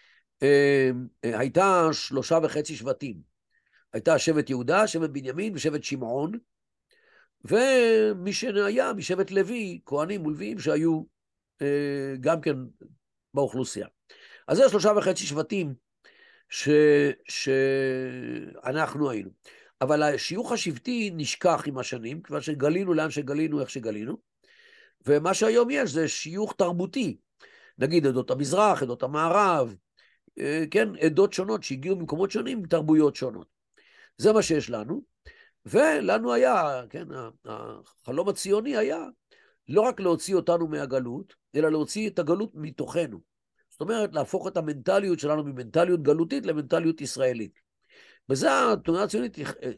הייתה 3.5 שבטים. הייתה שבט יהודה, שבט בנימין ושבט שמעון, ומי שהיה משבט לוי, כהנים ולוויים שהיו גם כן באוכלוסייה. אז זה 3.5 שבטים שאנחנו היינו. אבל השיוך השבטי נשכח עם השנים, כבר שגלינו לאן שגלינו, איך שגלינו, ומה שהיום יש זה שיוך תרבותי. נגיד עדות המזרח, עדות המערב, כן, עדות שונות שהגיעו ממקומות שונים, עם תרבויות שונות. זה מה שיש לנו, ולנו היה, כן, החלום הציוני היה לא רק להוציא אותנו מהגלות, אלא להוציא את הגלות מתוכנו. זאת אומרת, להפוך את המנטליות שלנו ממנטליות גלותית למנטליות ישראלית. בזה התנועה הציונית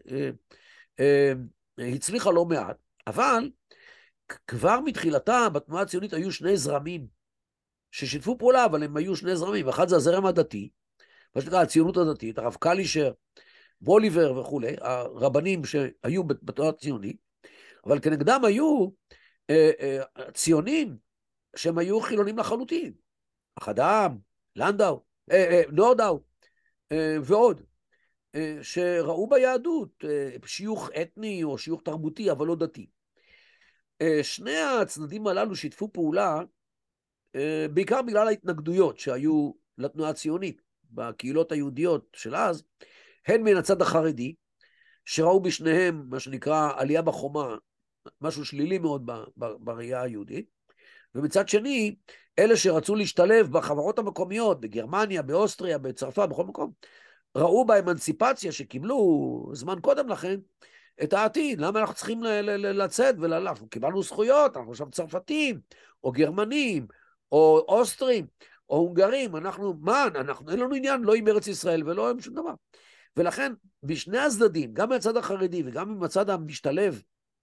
הצליחה לא מעט, אבל כבר מתחילתה בתנועה הציונית היו 2 זרמים ששיתפו פעולה, אבל הם היו 2 זרמים. אחד זה הזרם הדתי, מה שנקרא הציונות הדתית, הרב קלישר, ווליבר וכולי, הרבנים שהיו בתנועה הציונית, אבל כנגדם היו ציונים שהם היו חילונים לחלוטין. אחדם, לנדאו, נורדאו ועוד, שראו ביהדות שיוך אתני או שיוך תרבותי, אבל לא דתי. שני הצדדים הללו שיתפו פעולה, בעיקר בגלל ההתנגדויות שהיו לתנועה הציונית בקהילות היהודיות של אז, הן מן הצד החרדי, שראו בשניהם מה שנקרא עלייה בחומה, משהו שלילי מאוד בראייה היהודית, ומצד שני, אלה שרצו להשתלב בחברות המקומיות, בגרמניה, באוסטריה, בצרפת, בכל מקום, ראו באמנציפציה שקיבלו זמן קודם לכן את העתיד. למה אנחנו צריכים לצאת אנחנו קיבלנו זכויות, אנחנו עכשיו צרפתים, או גרמנים, או אוסטרים, או הונגרים, אין לנו עניין לא עם ארץ ישראל ולא עם שום דבר. ולכן, בשני הצדדים, גם מהצד החרדי וגם מהצד המשתלב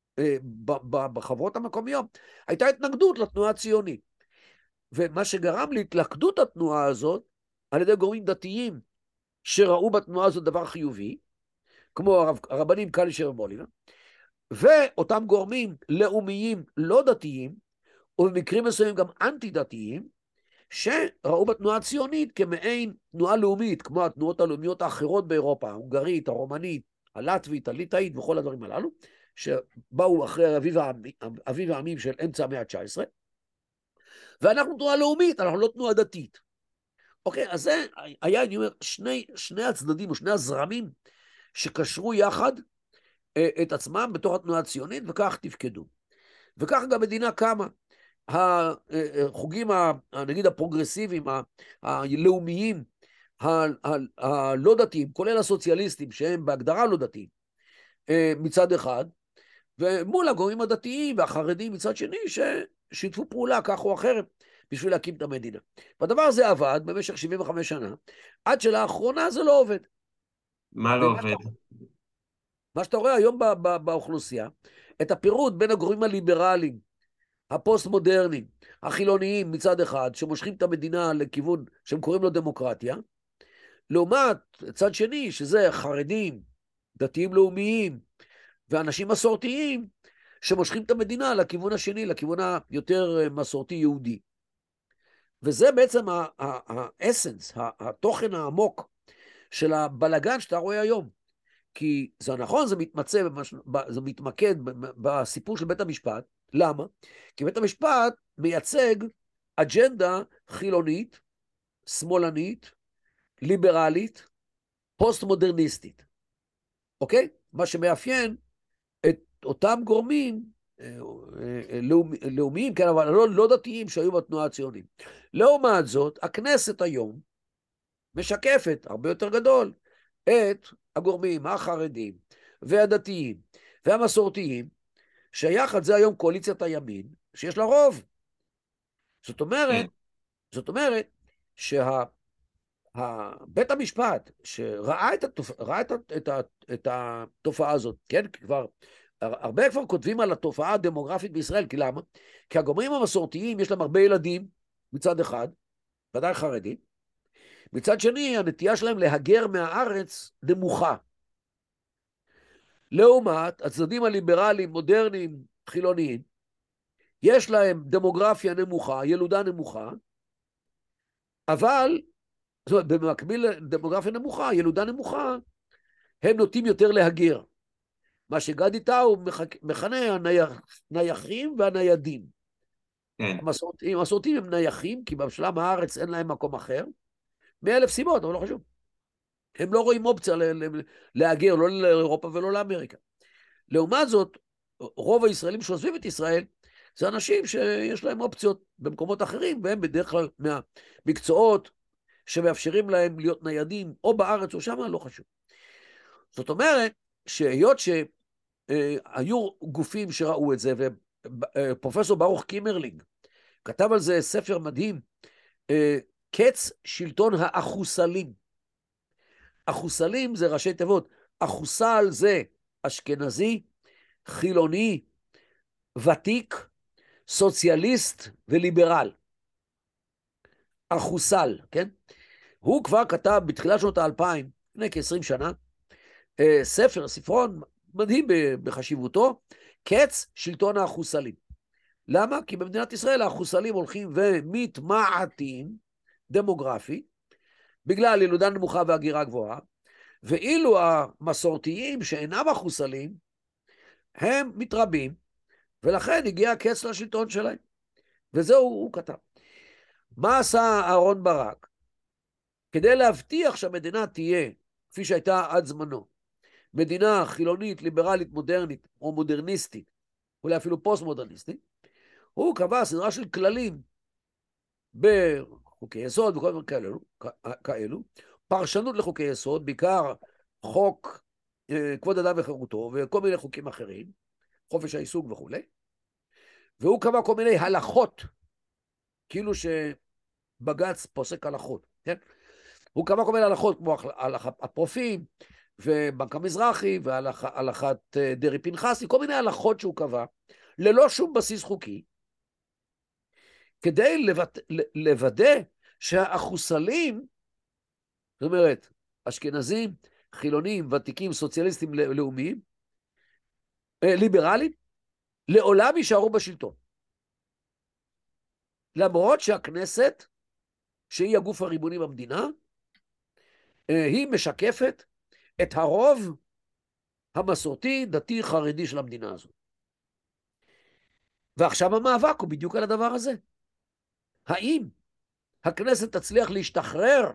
בחברות המקומיות, הייתה התנגדות לתנועה הציונית. ומה שגרם להתלכדות התנועה הזאת, על ידי גורמים דתיים, שראו בתנועה הזאת דבר חיובי, כמו הרבנים קלישר ובוליבר, ואותם גורמים לאומיים לא דתיים, ובמקרים מסוימים גם אנטי-דתיים, שראו בתנועה הציונית כמעין תנועה לאומית, כמו התנועות הלאומיות האחרות באירופה, ההונגרית, הרומנית, הלטבית, הליטאית וכל הדברים הללו, שבאו אחרי אביב העמים של אמצע המאה ה-19, ואנחנו תנועה לאומית, אנחנו לא תנועה דתית. אוקיי, אז זה היה, אני אומר, שני הצדדים או שני הזרמים שקשרו יחד את עצמם בתוך התנועה הציונית, וכך תפקדו. וכך גם מדינה קמה. החוגים, נגיד הפרוגרסיביים, הלאומיים, הלא דתיים, כולל הסוציאליסטים, שהם בהגדרה לא דתיים, מצד אחד, ומול הגורמים הדתיים והחרדים מצד שני, ששיתפו פעולה כך או אחרת, בשביל להקים את המדינה. והדבר הזה עבד במשך 75 שנה, עד שלאחרונה זה לא עובד. מה לא עובד? מה שאתה רואה היום באוכלוסייה, את הפירוט בין הגורמים הליברליים, הפוסט-מודרניים, החילוניים מצד אחד, שמושכים את המדינה לכיוון שהם קוראים לו דמוקרטיה, לעומת צד שני, שזה חרדים, דתיים לאומיים, ואנשים מסורתיים, שמושכים את המדינה לכיוון השני, לכיוון היותר מסורתי יהודי. וזה בעצם האסנס, התוכן העמוק של הבלגן שאתה רואה היום. כי זה נכון, זה מתמקד בסיפור של בית המשפט. למה? כי בית המשפט מייצג אג'נדה חילונית, שמאלנית, ליברלית, פוסט-מודרניסטית. אוקיי? מה שמאפיין את אותם גורמים לאומיים, כן, אבל לא דתיים שהיו בתנועה הציונית. לעומת זאת, הכנסת היום משקפת הרבה יותר גדול את הגורמים החרדים והדתיים והמסורתיים, שיחד זה היום קואליציית הימין, שיש לה רוב. זאת אומרת שבית המשפט שראה את התופעה הזאת, כן, הרבה כבר כותבים על התופעה הדמוגרפית בישראל, כי למה? כי הגורמים המסורתיים יש להם הרבה ילדים מצד אחד, ודאי חרדים, מצד שני הנטייה שלהם להגר מהארץ נמוכה. לעומת הצדדים הליברליים, מודרניים, חילוניים, יש להם דמוגרפיה נמוכה, ילודה נמוכה, אבל, זאת אומרת, במקביל לדמוגרפיה נמוכה, ילודה נמוכה, הם נוטים יותר להגר. מה שגדי טאו מכנה הנייחים והניידים. כן. המסורתיים הם נייחים, כי בשלב הארץ אין להם מקום אחר, 100,000 סיבות, אבל לא חשוב. הם לא רואים אופציה להגר, לא לאירופה ולא לאמריקה. לעומת זאת, רוב הישראלים שעוזבים את ישראל, זה אנשים שיש להם אופציות במקומות אחרים, והם בדרך כלל מהמקצועות שמאפשרים להם להיות ניידים, או בארץ או שם, לא חשוב. זאת אומרת, שהיות שהיו גופים שראו את זה, ופרופסור ברוך קימרלינג כתב על זה ספר מדהים, קץ שלטון האחוסלים. אחוסלים זה ראשי תיבות, אחוסל זה אשכנזי, חילוני, ותיק, סוציאליסט וליברל. אחוסל, כן? הוא כבר כתב בתחילת שנות ה-2000, לפני כ-20 שנה, ספרון מדהים בחשיבותו, קץ שלטון האחוסלים. למה? כי במדינת ישראל האחוסלים הולכים ומתמעטים דמוגרפית, בגלל ילודה נמוכה והגירה גבוהה, ואילו המסורתיים שאינם אחוסלים, הם מתרבים, ולכן הגיע הקץ לשלטון שלהם. וזהו הוא כתב. מה עשה אהרון ברק? כדי להבטיח שהמדינה תהיה, כפי שהייתה עד זמנו, מדינה חילונית, ליברלית, מודרנית, או מודרניסטית, אולי אפילו פוסט-מודרניסטית, הוא קבע סדרה של כללים בחוקי יסוד וכל מיני כאלו, פרשנות לחוקי יסוד, בעיקר חוק כבוד אדם וחירותו וכל מיני חוקים אחרים, חופש העיסוק וכו'. והוא קבע כל מיני הלכות, כאילו שבג"ץ פוסק הלכות, כן? הוא קבע כל מיני הלכות, כמו הלכת אפרופים, ובנק המזרחי, והלכת דרעי פנחסי, כל מיני הלכות שהוא קבע, ללא שום בסיס חוקי, כדי לוודא שהאחוסלים, זאת אומרת, אשכנזים, חילונים, ותיקים, סוציאליסטים לאומיים, ליברלים, לעולם יישארו בשלטון. למרות שהכנסת, שהיא הגוף הריבוני במדינה, היא משקפת את הרוב המסורתי, דתי, חרדי של המדינה הזאת. ועכשיו המאבק הוא בדיוק על הדבר הזה. האם הכנסת תצליח להשתחרר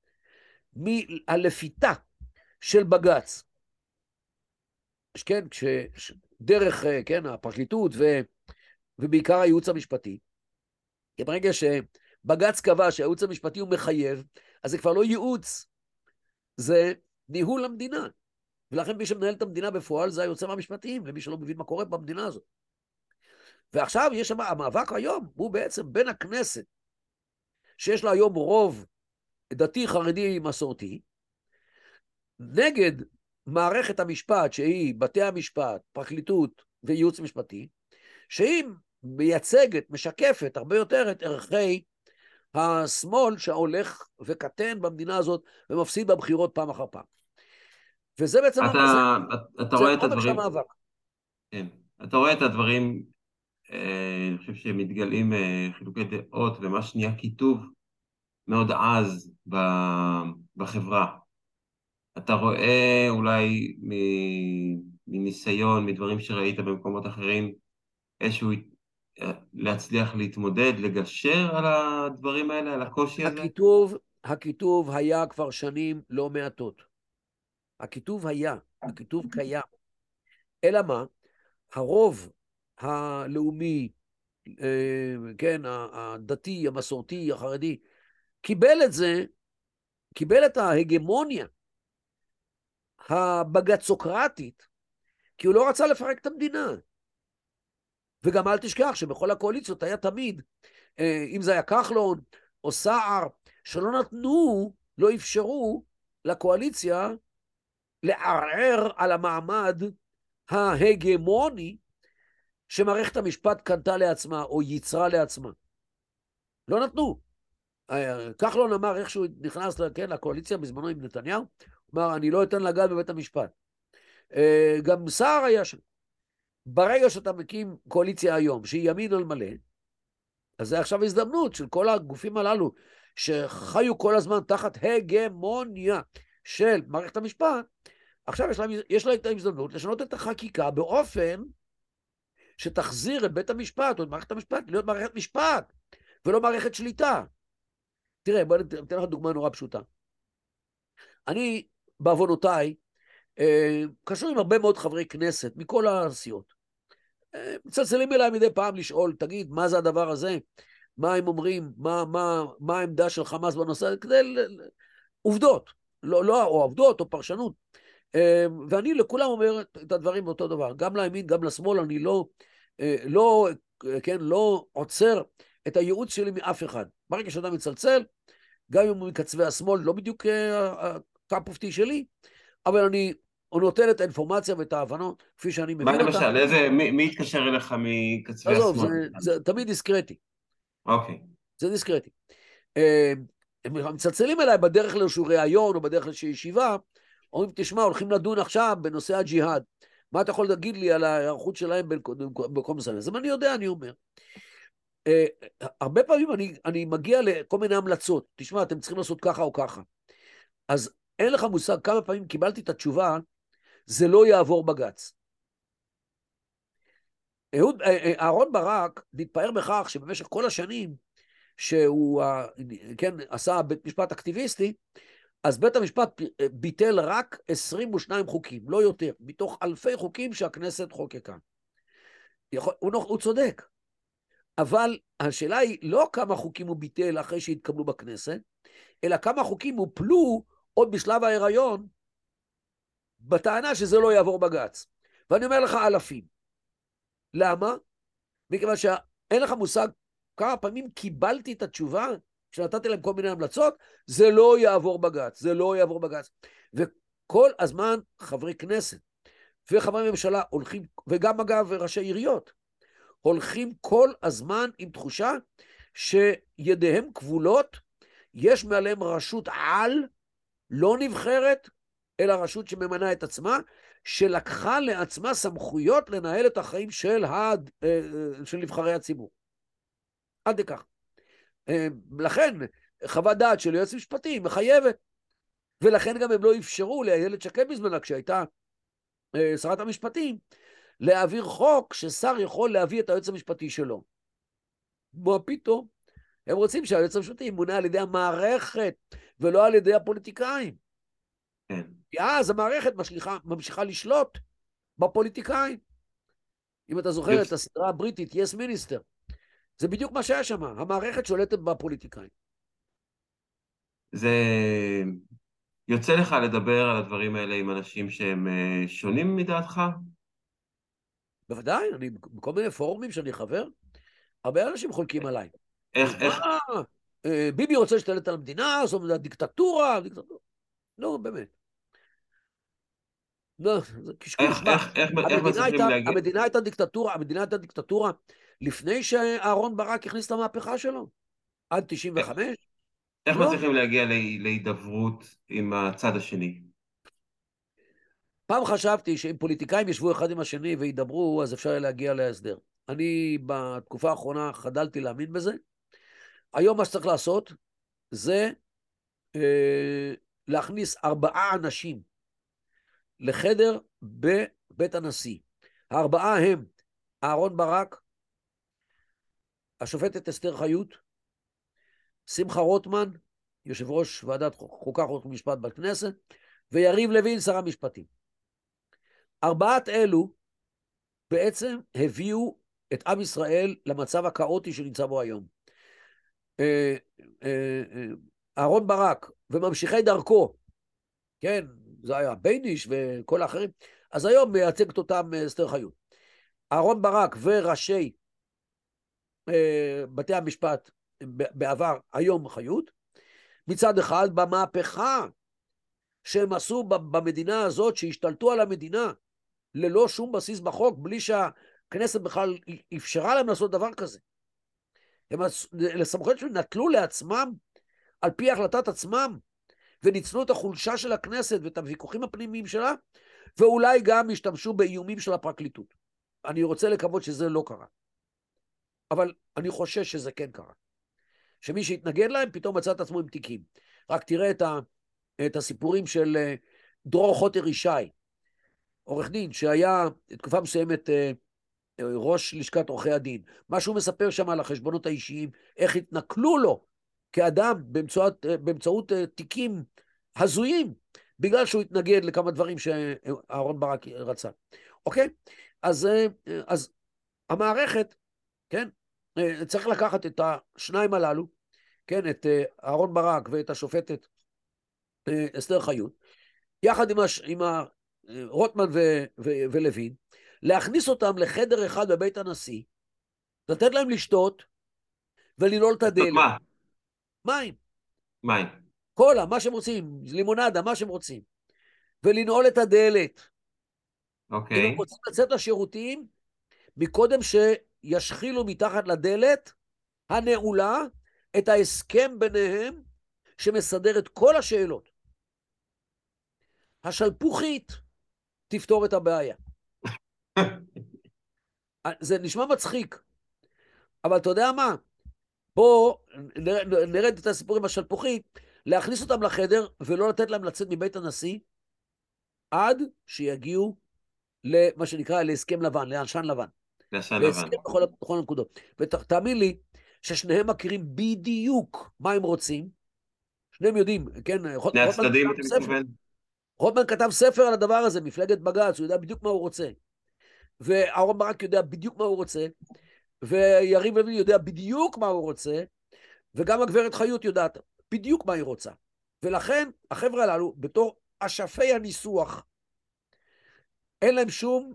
מהלפיתה של בג"ץ, כן, דרך, כן, הפרקליטות ובעיקר הייעוץ המשפטי, כי ברגע שבג"ץ קבע שהייעוץ המשפטי הוא מחייב, אז זה כבר לא ייעוץ, זה ניהול המדינה. ולכן מי שמנהל את המדינה בפועל זה היועצים המשפטיים, למי שלא מבין מה קורה במדינה הזאת. ועכשיו יש שם, המאבק היום הוא בעצם בין הכנסת, שיש לה היום רוב דתי, חרדי, מסורתי, נגד מערכת המשפט, שהיא בתי המשפט, פרקליטות וייעוץ משפטי, שהיא מייצגת, משקפת הרבה יותר את ערכי השמאל שהולך וקטן במדינה הזאת ומפסיד בבחירות פעם אחר פעם. וזה בעצם אתה רואה את עומק של הדברים, המאבק. כן, אתה רואה את הדברים, אני חושב שמתגלים חילוקי דעות, ומה שנייה כיתוב מאוד עז בחברה. אתה רואה אולי מניסיון, מדברים שראית במקומות אחרים, איזשהו להצליח להתמודד, לגשר על הדברים האלה, על הקושי הזה? הכיתוב היה כבר שנים לא מעטות. הכיתוב קיים. אלא מה? הרוב הלאומי, כן, הדתי, המסורתי, החרדי, קיבל את ההגמוניה הבג"צוקרטית, כי הוא לא רצה לפרק את המדינה. וגם אל תשכח שבכל הקואליציות היה תמיד, אם זה היה כחלון או סער, שלא נתנו, לא אפשרו לקואליציה לערער על המעמד ההגמוני שמערכת המשפט קנתה לעצמה או ייצרה לעצמה. לא נתנו. כחלון אמר איך שהוא נכנס לקואליציה בזמנו עם נתניהו, אמר אני לא אתן לגעת בבית המשפט. גם סער היה שם. ברגע שאתה מקים קואליציה היום שהיא ימין על מלא, אז זה עכשיו הזדמנות של כל הגופים הללו שחיו כל הזמן תחת הגמוניה של מערכת המשפט, עכשיו יש לה את ההזדמנות לשנות את החקיקה באופן שתחזיר את בית המשפט או את מערכת המשפט להיות מערכת משפט ולא מערכת שליטה. תראה, בוא ניתן לך דוגמה נורא פשוטה. אני, בעוונותיי, קשור עם הרבה מאוד חברי כנסת מכל הסיעות. מצלצלים אליי מדי פעם לשאול, תגיד, מה זה הדבר הזה? מה הם אומרים? מה העמדה של חמאס בנושא הזה? כדי עובדות, לא או עובדות או פרשנות. ואני לכולם אומר את הדברים באותו דבר, גם לימין, גם לשמאל, אני לא עוצר את הייעוץ שלי מאף אחד. ברגע שאדם מצלצל, גם אם הוא מקצווי השמאל, לא בדיוק הקאפופטי שלי, אבל אני נותן את האינפורמציה ואת ההבנות, כפי שאני מבין אותה. מה למשל, מי יתקשר אליך מקצווי השמאל? עזוב, זה תמיד דיסקרטי. אוקיי. זה דיסקרטי. הם מצלצלים אליי בדרך לאיזשהו ראיון, או בדרך לאיזושהי ישיבה, אומרים, תשמע, הולכים לדון עכשיו בנושא הג'יהאד. מה אתה יכול להגיד לי על ההיערכות שלהם בכל מסוים? אז אני יודע, אני אומר. הרבה פעמים אני מגיע לכל מיני המלצות. תשמע, אתם צריכים לעשות ככה או ככה. אז אין לך מושג כמה פעמים קיבלתי את התשובה, זה לא יעבור בג"ץ. אהרון ברק מתפאר בכך שבמשך כל השנים שהוא כן, עשה בית משפט אקטיביסטי, אז בית המשפט ביטל רק 22 חוקים, לא יותר, מתוך אלפי חוקים שהכנסת חוקקה. הוא צודק, אבל השאלה היא לא כמה חוקים הוא ביטל אחרי שהתקבלו בכנסת, אלא כמה חוקים הופלו עוד בשלב ההיריון, בטענה שזה לא יעבור בג"ץ. ואני אומר לך אלפים. למה? מכיוון שאין לך מושג כמה פעמים קיבלתי את התשובה, כשנתתי להם כל מיני המלצות, זה לא יעבור בג"ץ, זה לא יעבור בג"ץ. וכל הזמן חברי כנסת וחברי ממשלה הולכים, וגם אגב ראשי עיריות, הולכים כל הזמן עם תחושה שידיהם כבולות, יש מעליהם רשות על, לא נבחרת, אלא רשות שממנה את עצמה, שלקחה לעצמה סמכויות לנהל את החיים של נבחרי הציבור. עד כך. לכן, חוות דעת של יועץ משפטי מחייבת, ולכן גם הם לא אפשרו לאיילת שקד בזמנה, כשהייתה שרת המשפטים, להעביר חוק ששר יכול להביא את היועץ המשפטי שלו. מה פתאום? הם רוצים שהיועץ המשפטי ימונה על ידי המערכת, ולא על ידי הפוליטיקאים. כן. כי אז המערכת ממשיכה לשלוט בפוליטיקאים. אם אתה זוכר את הסדרה הבריטית, Yes Minister, זה בדיוק מה שהיה שם, המערכת שולטת בפוליטיקאים. זה יוצא לך לדבר על הדברים האלה עם אנשים שהם שונים מדעתך? בוודאי, אני בכל מיני פורומים שאני חבר, הרבה אנשים חולקים עליי. איך? ביבי רוצה להשתלט על המדינה, זאת אומרת, דיקטטורה. לא, באמת. לא, זה קשקוש. איך מצליחים להגיד? המדינה הייתה דיקטטורה לפני שאהרון ברק הכניס את המהפכה שלו, עד 95. איך לא. מצליחים להגיע להידברות עם הצד השני? פעם חשבתי שאם פוליטיקאים ישבו אחד עם השני וידברו, אז אפשר להגיע להסדר. אני בתקופה האחרונה חדלתי להאמין בזה. היום מה שצריך לעשות זה להכניס 4 אנשים לחדר בבית הנשיא. 4 הם אהרון ברק, השופטת אסתר חיות, שמחה רוטמן, יושב ראש ועדת חוקה חוק ומשפט בכנסת, ויריב לוין, שר המשפטים. 4 אלו בעצם הביאו את עם ישראל למצב הכאוטי שנמצא בו היום. אהרון ברק וממשיכי דרכו, כן, זה היה בייניש וכל האחרים, אז היום מייצגת אותם אסתר חיות. אהרון ברק וראשי בתי המשפט בעבר, היום חיות, מצד אחד במהפכה שהם עשו במדינה הזאת, שהשתלטו על המדינה ללא שום בסיס בחוק, בלי שהכנסת בכלל אפשרה להם לעשות דבר כזה. הם לסמכויות שנטלו לעצמם על פי החלטת עצמם, וניצלו את החולשה של הכנסת ואת הוויכוחים הפנימיים שלה, ואולי גם השתמשו באיומים של הפרקליטות. אני רוצה לקוות שזה לא קרה. אבל אני חושש שזה כן קרה. שמי שהתנגד להם פתאום מצא את עצמו עם תיקים. רק תראה את הסיפורים של דרור חוטר ישי, עורך דין שהיה תקופה מסוימת ראש לשכת עורכי הדין. מה שהוא מספר שם על החשבונות האישיים, איך התנכלו לו כאדם באמצעות תיקים הזויים, בגלל שהוא התנגד לכמה דברים שאהרון ברק רצה. אוקיי? אז המערכת, כן, צריך לקחת את השניים הללו, כן, את אהרון ברק ואת השופטת אסתר חיות, יחד עם רוטמן ולוין, להכניס אותם לחדר אחד בבית הנשיא, לתת להם לשתות ולנעול את הדלת. מה? מים. קולה, מה שהם רוצים, לימונדה, מה שהם רוצים. ולנעול את הדלת. אוקיי. אם הם רוצים לצאת לשירותים, מקודם שישחילו מתחת לדלת הנעולה את ההסכם ביניהם שמסדר את כל השאלות. השלפוחית תפתור את הבעיה. זה נשמע מצחיק, אבל אתה יודע מה? בוא נרד את הסיפור עם השלפוחית, להכניס אותם לחדר ולא לתת להם לצאת מבית הנשיא, עד שיגיעו למה שנקרא להסכם לבן, לעשן לבן. להסכם בכל הנקודות. ותאמין לי ששניהם מכירים בדיוק מה הם רוצים, שניהם יודעים, כן? רוטמן כתב ספר על הדבר הזה, מפלגת בג"ץ, הוא יודע בדיוק מה הוא רוצה. ואהרון ברק יודע בדיוק מה הוא רוצה, ויריב לוין יודע בדיוק מה הוא רוצה, וגם הגברת חיות יודעת בדיוק מה היא רוצה. ולכן החבר'ה הללו, בתור אשפי הניסוח, אין להם שום,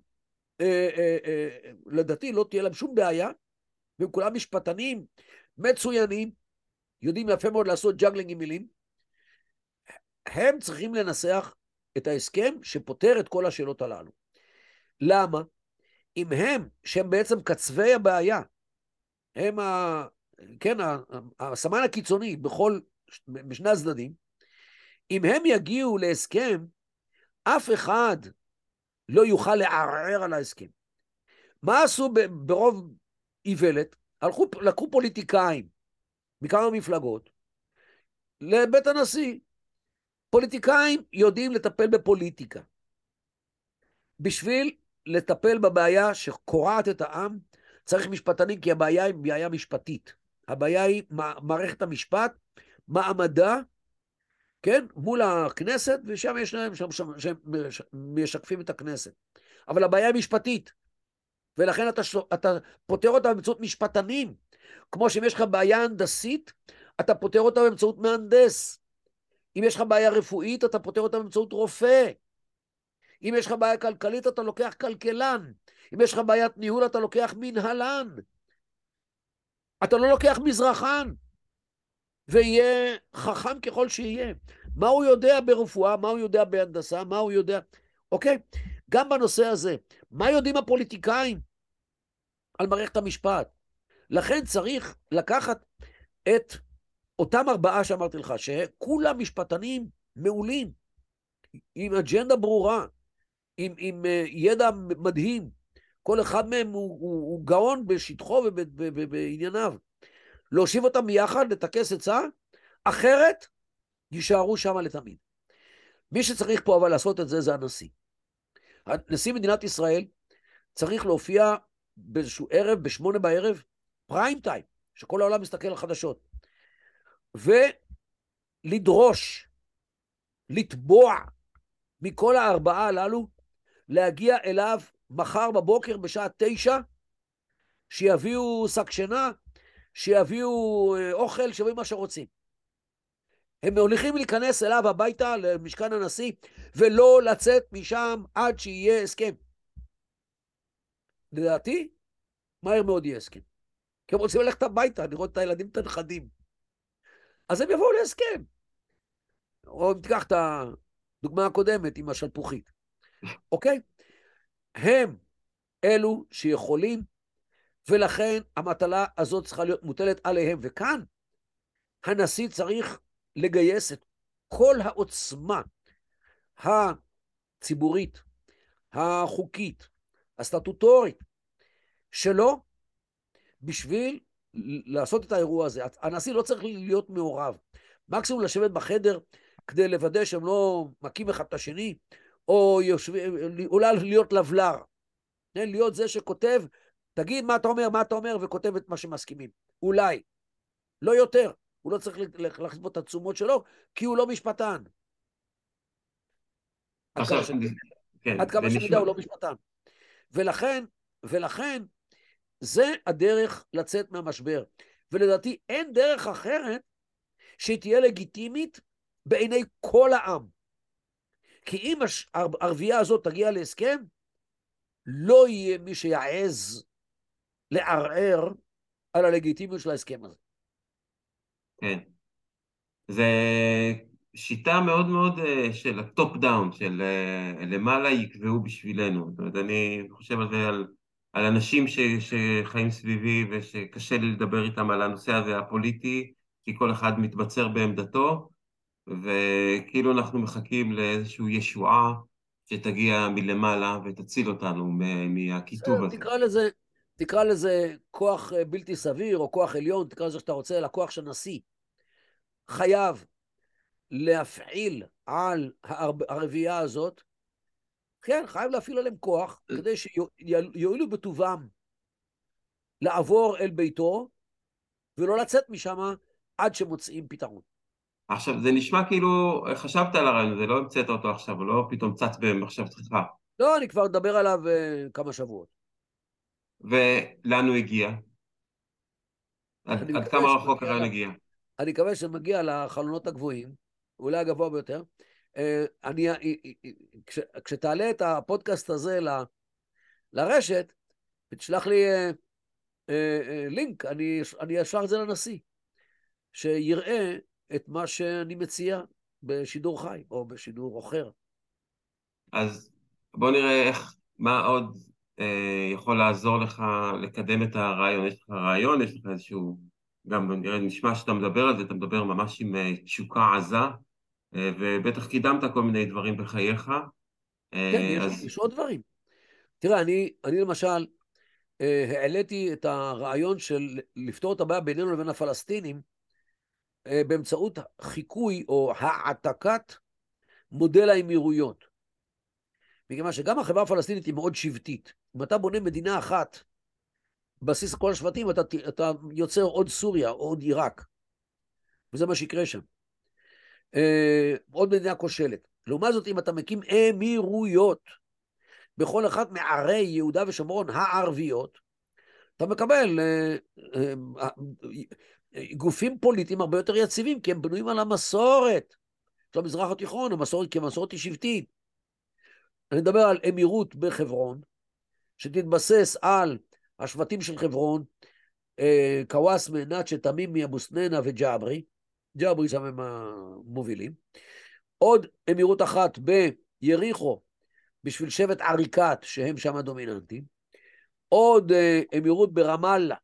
לדעתי לא תהיה להם שום בעיה, והם כולם משפטנים מצוינים, יודעים יפה מאוד לעשות ג'אגלינג עם מילים, הם צריכים לנסח את ההסכם שפותר את כל השאלות הללו. למה? אם הם, שהם בעצם קצווי הבעיה, הם כן, הסמן הקיצוני בשני הצדדים, אם הם יגיעו להסכם, אף אחד לא יוכל לערער על ההסכם. מה עשו ברוב איוולת? לקחו פוליטיקאים מכמה מפלגות לבית הנשיא. פוליטיקאים יודעים לטפל בפוליטיקה. בשביל לטפל בבעיה שקורעת את העם, צריך משפטנים, כי הבעיה היא בעיה משפטית. הבעיה היא מערכת המשפט, מעמדה, כן, מול הכנסת, ושם יש להם, שהם משקפים את הכנסת. אבל הבעיה היא משפטית, ולכן אתה פותר אותה באמצעות משפטנים. כמו שאם יש לך בעיה הנדסית, אתה פותר אותה באמצעות מהנדס. אם יש לך בעיה רפואית, אתה פותר אותה באמצעות רופא. אם יש לך בעיה כלכלית, אתה לוקח כלכלן. אם יש לך בעיית ניהול, אתה לוקח מנהלן. אתה לא לוקח מזרחן. ויהיה חכם ככל שיהיה. מה הוא יודע ברפואה, מה הוא יודע בהנדסה, מה הוא יודע... אוקיי? גם בנושא הזה, מה יודעים הפוליטיקאים על מערכת המשפט? לכן צריך לקחת את אותם 4 שאמרתי לך, שכולם משפטנים מעולים, עם אג'נדה ברורה, עם ידע מדהים. כל אחד מהם הוא גאון בשטחו ובענייניו. להושיב אותם ביחד, לטכס עצה, אחרת יישארו שם לתמיד. מי שצריך פה אבל לעשות את זה, זה הנשיא. נשיא מדינת ישראל צריך להופיע באיזשהו ערב, ב8 בערב, פריים טיים, שכל העולם מסתכל על חדשות, ולדרוש, לתבוע מכל 4 הללו, להגיע אליו מחר בבוקר בשעה 9, שיביאו שק שינה, שיביאו אוכל, שיביאו מה שרוצים. הם הולכים להיכנס אליו הביתה, למשכן הנשיא, ולא לצאת משם עד שיהיה הסכם. לדעתי, מהר מאוד יהיה הסכם. כי הם רוצים ללכת הביתה, לראות את הילדים, את הנכדים. אז הם יבואו להסכם. או אם תיקח את הדוגמה הקודמת עם השלפוחית. אוקיי? הם אלו שיכולים, ולכן המטלה הזאת צריכה להיות מוטלת עליהם. וכאן הנשיא צריך לגייס את כל העוצמה הציבורית, החוקית, הסטטוטורית שלו, בשביל לעשות את האירוע הזה. הנשיא לא צריך להיות מעורב. מקסימום לשבת בחדר כדי לוודא שהם לא מכים אחד את השני, או אולי להיות לבלר. להיות זה שכותב, תגיד מה אתה אומר, מה אתה אומר, וכותב את מה שמסכימים. אולי. לא יותר. הוא לא צריך להכניס בו את התשומות שלו, כי הוא לא משפטן. עד כמה שאני יודע, הוא לא משפטן. ולכן, זה הדרך לצאת מהמשבר. ולדעתי, אין דרך אחרת שהיא תהיה לגיטימית בעיני כל העם. כי אם הרביעייה הזאת תגיע להסכם, לא יהיה מי שיעז לערער על הלגיטימיות של ההסכם הזה. כן. זה שיטה מאוד מאוד של הטופ דאון, של למעלה יקבעו בשבילנו. זאת אומרת, אני חושב על זה, על אנשים שחיים סביבי ושקשה לי לדבר איתם על הנושא הזה הפוליטי, כי כל אחד מתבצר בעמדתו, וכאילו אנחנו מחכים לאיזושהי ישועה שתגיע מלמעלה ותציל אותנו מהכיתוב הזה. תקרא לזה כוח בלתי סביר או כוח עליון, תקרא לזה שאתה רוצה, אלא כוח של נשיא. חייב להפעיל על הרביעייה הזאת, כן, חייב להפעיל עליהם כוח, כדי שיועילו בטובם לעבור אל ביתו, ולא לצאת משם עד שמוצאים פתרון. עכשיו, זה נשמע כאילו, חשבת על הרעיון, זה לא המצאת אותו עכשיו, לא פתאום צץ במחשבתך. לא, אני כבר אדבר עליו כמה שבועות. ולאן הוא הגיע? עד כמה רחוק הרעיון הגיע? אני מקווה שמגיע לחלונות הגבוהים, אולי הגבוה ביותר. כשתעלה את הפודקאסט הזה לרשת, ותשלח לי לינק, אני אשלח את זה לנשיא, שיראה את מה שאני מציע בשידור חי, או בשידור אחר. אז בוא נראה מה עוד יכול לעזור לך לקדם את הרעיון. יש לך רעיון, יש לך איזשהו, גם נשמע שאתה מדבר על זה, אתה מדבר ממש עם תשוקה עזה, ובטח קידמת כל מיני דברים בחייך. כן, אז יש עוד דברים. תראה, אני למשל, העליתי את הרעיון של לפתור את הבעיה בינינו לבין הפלסטינים, באמצעות חיקוי או העתקת מודל האמירויות. מכיוון שגם החברה הפלסטינית היא מאוד שבטית. אם אתה בונה מדינה אחת, בסיס כל השבטים, אתה יוצר עוד סוריה או עוד עיראק. וזה מה שיקרה שם. עוד מדינה כושלת. לעומת זאת, אם אתה מקים אמירויות בכל אחת מערי יהודה ושומרון הערביות, אתה מקבל גופים פוליטיים הרבה יותר יציבים, כי הם בנויים על המסורת של המזרח התיכון, המסורת כמסורת היא שבטית. אני מדבר על אמירות בחברון, שתתבסס על השבטים של חברון, קוואסמה, נאצ'ה, תמימי, אבו סננה וג'אברי, ג'אברי שם הם המובילים, עוד אמירות אחת ביריחו, בשביל שבט עריקת, שהם שם הדומיננטים, עוד אמירות ברמאללה,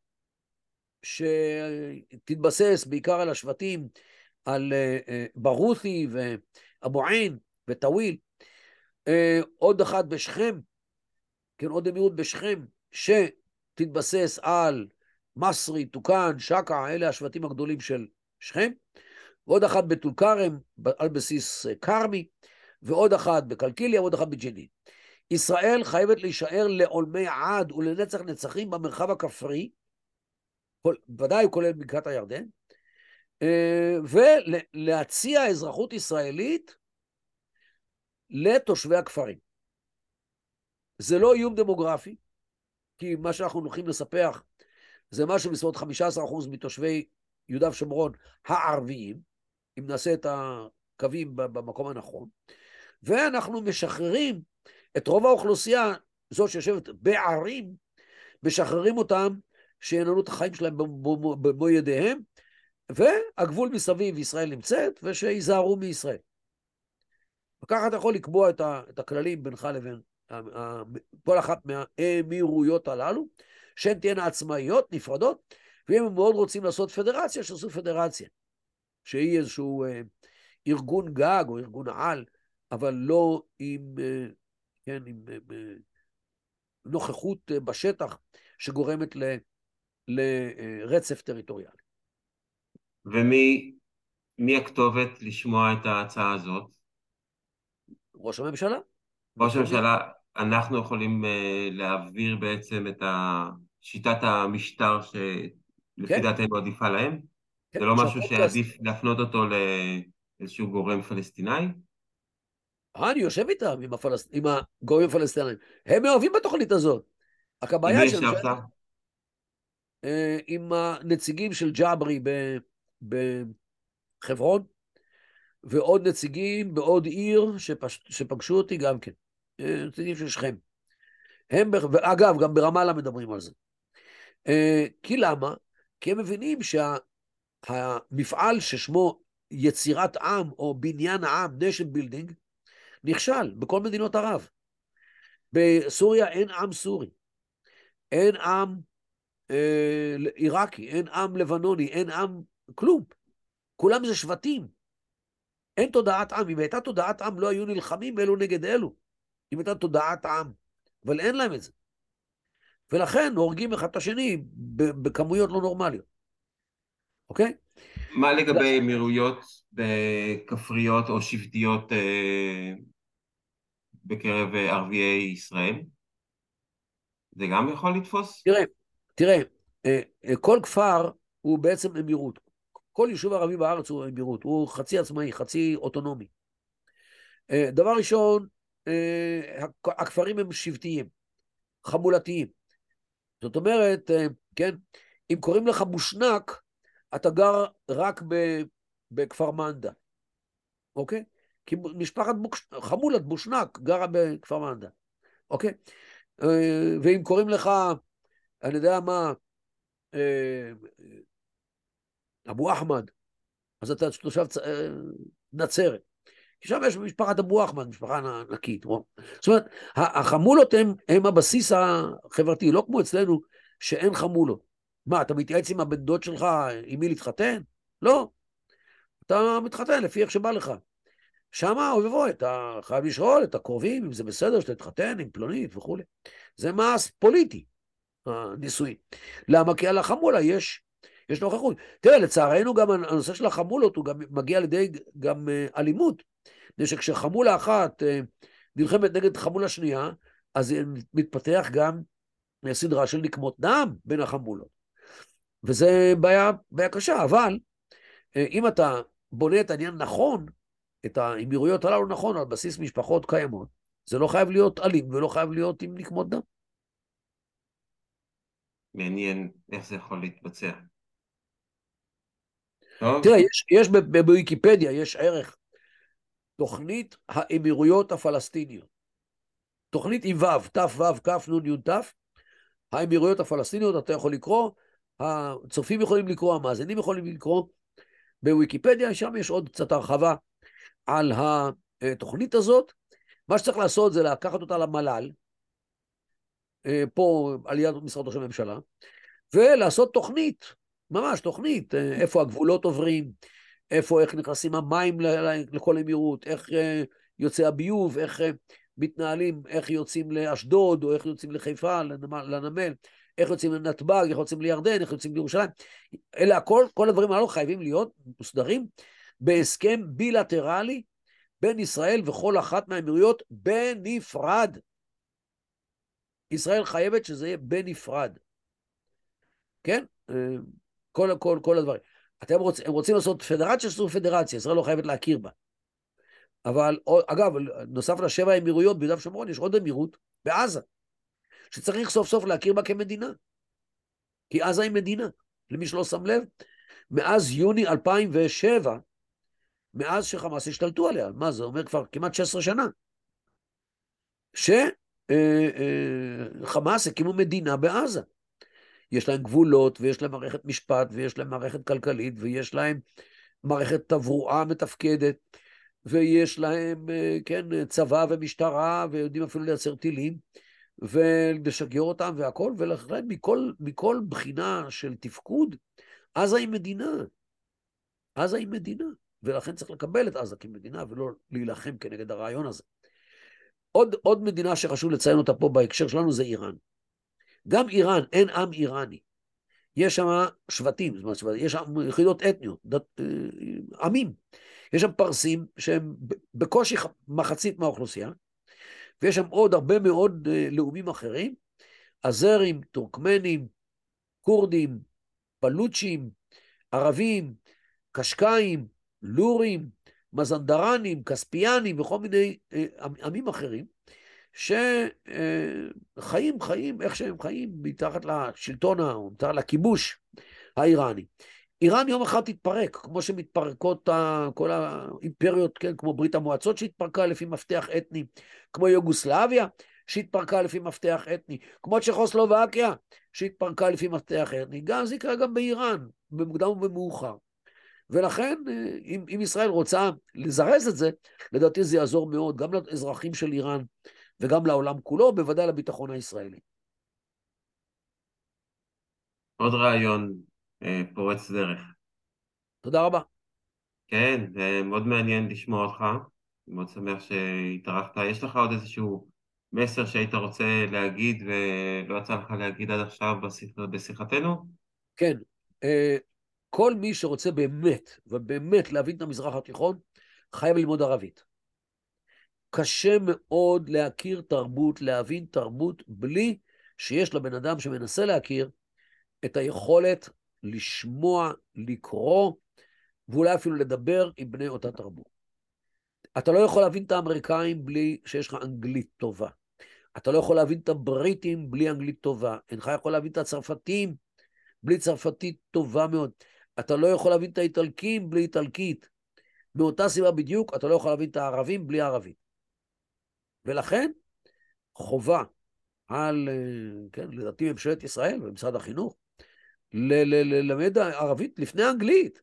שתתבסס בעיקר על השבטים, על ברותי ואבו עין וטוויל, עוד אחת בשכם, כן, עוד אמירות בשכם, שתתבסס על מסרי, טוקן, שקה, אלה השבטים הגדולים של שכם, ועוד אחת בטול כרם, על בסיס קרמי, ועוד אחת בקלקיליה, ועוד אחת בג'נין. ישראל חייבת להישאר לעולמי עד ולנצח נצחים במרחב הכפרי, ודאי כולל בקעת הירדן, ולהציע אזרחות ישראלית לתושבי הכפרים. זה לא איום דמוגרפי, כי מה שאנחנו הולכים לספח זה משהו בסביבות 15% מתושבי יהודה ושומרון הערביים, אם נעשה את הקווים במקום הנכון, ואנחנו משחררים את רוב האוכלוסייה, זאת שיושבת בערים, משחררים אותם שינהלו את החיים שלהם במו ידיהם, והגבול מסביב ישראל נמצאת, ושיזהרו מישראל. וככה אתה יכול לקבוע את הכללים בינך לבין כל אחת מהאמירויות הללו, שהן תהיינה עצמאיות, נפרדות, ואם הם מאוד רוצים לעשות פדרציה, שעשו פדרציה, שהיא איזשהו ארגון גג או ארגון על, אבל לא עם, כן, עם נוכחות בשטח שגורמת לרצף טריטוריאלי. ומי הכתובת לשמוע את ההצעה הזאת? ראש הממשלה. ראש הממשלה, אנחנו יכולים להעביר בעצם את שיטת המשטר שלפי דעתנו עדיפה להם? זה לא משהו שעדיף להפנות אותו לאיזשהו גורם פלסטיני? אני יושב איתם, עם הגורמים הפלסטיניים. הם אוהבים בתוכנית הזאת. עם מי ישבת? עם הנציגים של ג'אברי בחברון, ועוד נציגים בעוד עיר שפגשו אותי גם כן. נציגים של שכם. אגב, גם ברמאללה מדברים על זה. כי למה? כי הם מבינים שהמפעל ששמו יצירת עם, או בניין העם, nation building, נכשל בכל מדינות ערב. בסוריה אין עם סורי, אין עם עיראקי, אין עם לבנוני, אין עם כלום. כולם זה שבטים. אין תודעת עם. אם הייתה תודעת עם, לא היו נלחמים אלו נגד אלו. אם הייתה תודעת עם. אבל אין להם את זה. ולכן הורגים אחד את השני בכמויות לא נורמליות. אוקיי? מה לגבי אמירויות בכפריות או שבטיות בקרב ערביי ישראל? זה גם יכול לתפוס? תראה, כל כפר הוא בעצם אמירות. כל יישוב ערבי בארץ הוא אמירות. הוא חצי עצמאי, חצי אוטונומי. דבר ראשון, הכפרים הם שבטיים, חמולתיים. זאת אומרת, כן, אם קוראים לך בושנק, אתה גר רק בכפר מנדה, אוקיי? כי משפחת חמולת בושנק גרה בכפר מנדה, אוקיי? ואם קוראים לך, אני יודע מה, אבו אחמד, אז אתה תושב נצרת. כי שם יש משפחת אבו אחמד, משפחה ענקית. זאת אומרת, החמולות הם הבסיס החברתי, לא כמו אצלנו שאין חמולות. מה, אתה מתייעץ עם הבן דוד שלך עם מי להתחתן? לא. אתה מתחתן לפי איך שבא לך. שמה, אוי ואבוי, אתה חייב לשאול את הקרובים, אם זה בסדר שאתה תתחתן עם פלונית וכו'. זה מס פוליטי, הנישואין. למה? כי על החמולה יש נוכחות. תראה, לצערנו גם הנושא של החמולות הוא גם מגיע לידי גם אלימות. שכשחמולה אחת נלחמת נגד חמולה שנייה, אז מתפתח גם סדרה של נקמות דם בין החמולות. וזה בעיה קשה, אבל אם אתה בונה את העניין נכון, את האמירויות הללו נכון, על בסיס משפחות קיימות, זה לא חייב להיות אלים ולא חייב להיות עם נקמות דם. מעניין איך זה יכול להתבצע. טוב. תראה, יש בוויקיפדיה, יש ערך, תוכנית האמירויות הפלסטיניות. תוכנית עם ו', ת' ו', כ', נ', י', ת', האמירויות הפלסטיניות, אתה יכול לקרוא, הצופים יכולים לקרוא, המאזינים יכולים לקרוא, בוויקיפדיה, שם יש עוד קצת הרחבה על התוכנית הזאת. מה שצריך לעשות זה לקחת אותה למל"ל, פה על יד משרד ראש הממשלה, ולעשות תוכנית, ממש תוכנית, איפה הגבולות עוברים, איך נכנסים המים לכל אמירות, איך יוצא הביוב, איך מתנהלים, איך יוצאים לאשדוד, או איך יוצאים לחיפה, לנמל, איך יוצאים לנתב"ג, איך יוצאים לירדן, איך יוצאים לירושלים. אלה כל הדברים הללו חייבים להיות מוסדרים בהסכם בילטרלי בין ישראל וכל אחת מהאמירויות בנפרד. ישראל חייבת שזה יהיה בנפרד. כן? כל הדברים. הם רוצים לעשות פדרציה, שזו פדרציה, ישראל לא חייבת להכיר בה. אבל, אגב, נוסף לשבע האמירויות ביהודה ושומרון, יש עוד אמירות בעזה, שצריך סוף סוף להכיר בה כמדינה. כי עזה היא מדינה. למי שלא שם לב, מאז יוני 2007, מאז שחמאס השתלטו עליה, מה זה אומר כבר כמעט 16 שנה, שחמאס הקימו מדינה בעזה. יש להם גבולות, ויש להם מערכת משפט, ויש להם מערכת כלכלית, ויש להם מערכת תברואה מתפקדת, ויש להם, כן, צבא ומשטרה, ויודעים אפילו לייצר טילים, ולשגר אותם והכל, ולכן מכל בחינה של תפקוד, עזה היא מדינה. עזה היא מדינה, ולכן צריך לקבל את עזה כמדינה, ולא להילחם כנגד הרעיון הזה. עוד מדינה שחשוב לציין אותה פה בהקשר שלנו זה איראן. גם איראן, אין עם איראני. יש שם שבטים, יש שם יחידות אתניות, עמים. יש שם פרסים שהם בקושי מחצית מהאוכלוסייה, ויש שם עוד הרבה מאוד לאומים אחרים, אזרים, טורקמנים, קורדים, בלוצ'ים, ערבים, קשקאים, לורים, מזנדרנים, כספיאנים וכל מיני עמים אחרים, שחיים איך שהם חיים מתחת לשלטון, או מתחת לכיבוש האיראני. איראן יום אחד תתפרק, כמו שמתפרקות כל האימפריות, כן, כמו ברית המועצות שהתפרקה לפי מפתח אתני, כמו יוגוסלביה שהתפרקה לפי מפתח אתני, כמו צ'כוסלובקיה שהתפרקה לפי מפתח אתני, גם זה יקרה גם באיראן, במוקדם ובמאוחר. ולכן, אם ישראל רוצה לזרז את זה, לדעתי זה יעזור מאוד, גם לאזרחים של איראן, וגם לעולם כולו, בוודאי לביטחון הישראלי. עוד רעיון פורץ דרך. תודה רבה. כן, מאוד מעניין לשמוע אותך, מאוד שמח שהתארחת. יש לך עוד איזשהו מסר שהיית רוצה להגיד ולא יצא לך להגיד עד עכשיו בשיחתנו? כן, כל מי שרוצה באמת, ובאמת להבין את המזרח התיכון, חייב ללמוד ערבית. קשה מאוד להכיר תרבות, להבין תרבות, בלי שיש לבן אדם שמנסה להכיר את היכולת לשמוע, לקרוא, ואולי אפילו לדבר עם בני אותה תרבות. אתה לא יכול להבין את האמריקאים בלי שיש לך אנגלית טובה. אתה לא יכול להבין את הבריטים בלי אנגלית טובה. אינך יכול להבין את הצרפתים בלי צרפתית טובה מאוד. אתה לא יכול להבין את האיטלקים בלי איטלקית. מאותה סיבה בדיוק, אתה לא יכול להבין את הערבים בלי ערבית. ולכן, חובה על, כן, לדעתי ממשלת ישראל ומשרד החינוך, ללמד ערבית לפני אנגלית.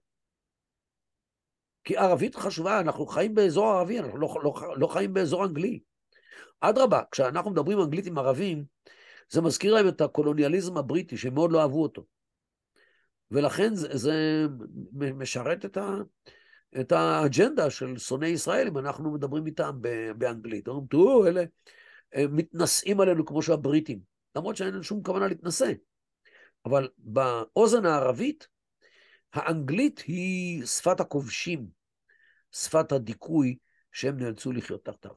כי ערבית חשובה, אנחנו חיים באזור ערבי, אנחנו לא חיים באזור אנגלי. אדרבה, כשאנחנו מדברים אנגלית עם ערבים, זה מזכיר להם את הקולוניאליזם הבריטי, שהם מאוד לא אהבו אותו. ולכן זה משרת את האג'נדה של שונאי ישראל, אם אנחנו מדברים איתם באנגלית. אומרים, תראו, אלה מתנשאים עלינו כמו שהבריטים, למרות שאין שום כוונה להתנשא. אבל באוזן הערבית, האנגלית היא שפת הכובשים, שפת הדיכוי שהם נאלצו לחיות תחתיו.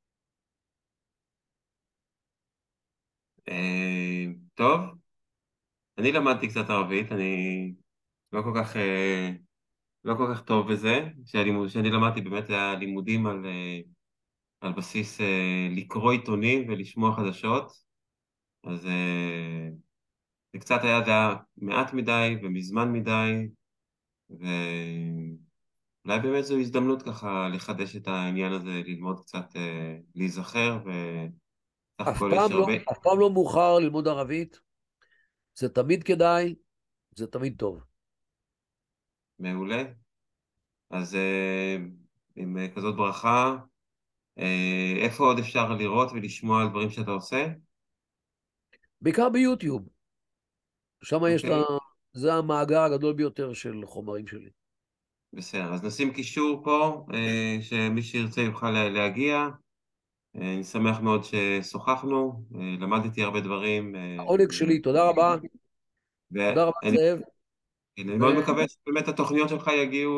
טוב, אני למדתי קצת ערבית, אני לא כל כך, לא כל כך טוב בזה. שאני למדתי באמת זה היה לימודים על בסיס לקרוא עיתונים ולשמוע חדשות, אז זה קצת זה היה מעט מדי ומזמן מדי, ואולי באמת זו הזדמנות ככה לחדש את העניין הזה, ללמוד קצת, להיזכר, וסך הכל יש הרבה... אף פעם לא מאוחר ללמוד ערבית, זה תמיד כדאי, זה תמיד טוב. מעולה. אז עם כזאת ברכה, איפה עוד אפשר לראות ולשמוע על דברים שאתה עושה? בעיקר ביוטיוב, שם יש אוקיי, זה המאגר הגדול ביותר של חומרים שלי. בסדר. אז נשים קישור פה, שמי שירצה יוכל להגיע. אני שמח מאוד ששוחחנו, למדתי הרבה דברים, העונג שלי, תודה רבה, תודה רבה ואני זאב, מאוד מקווה שבאמת התוכניות שלך יגיעו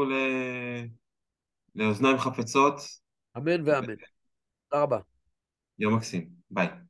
לאוזניים חפצות. ואמן ואמן. תודה רבה. יום מקסים, ביי.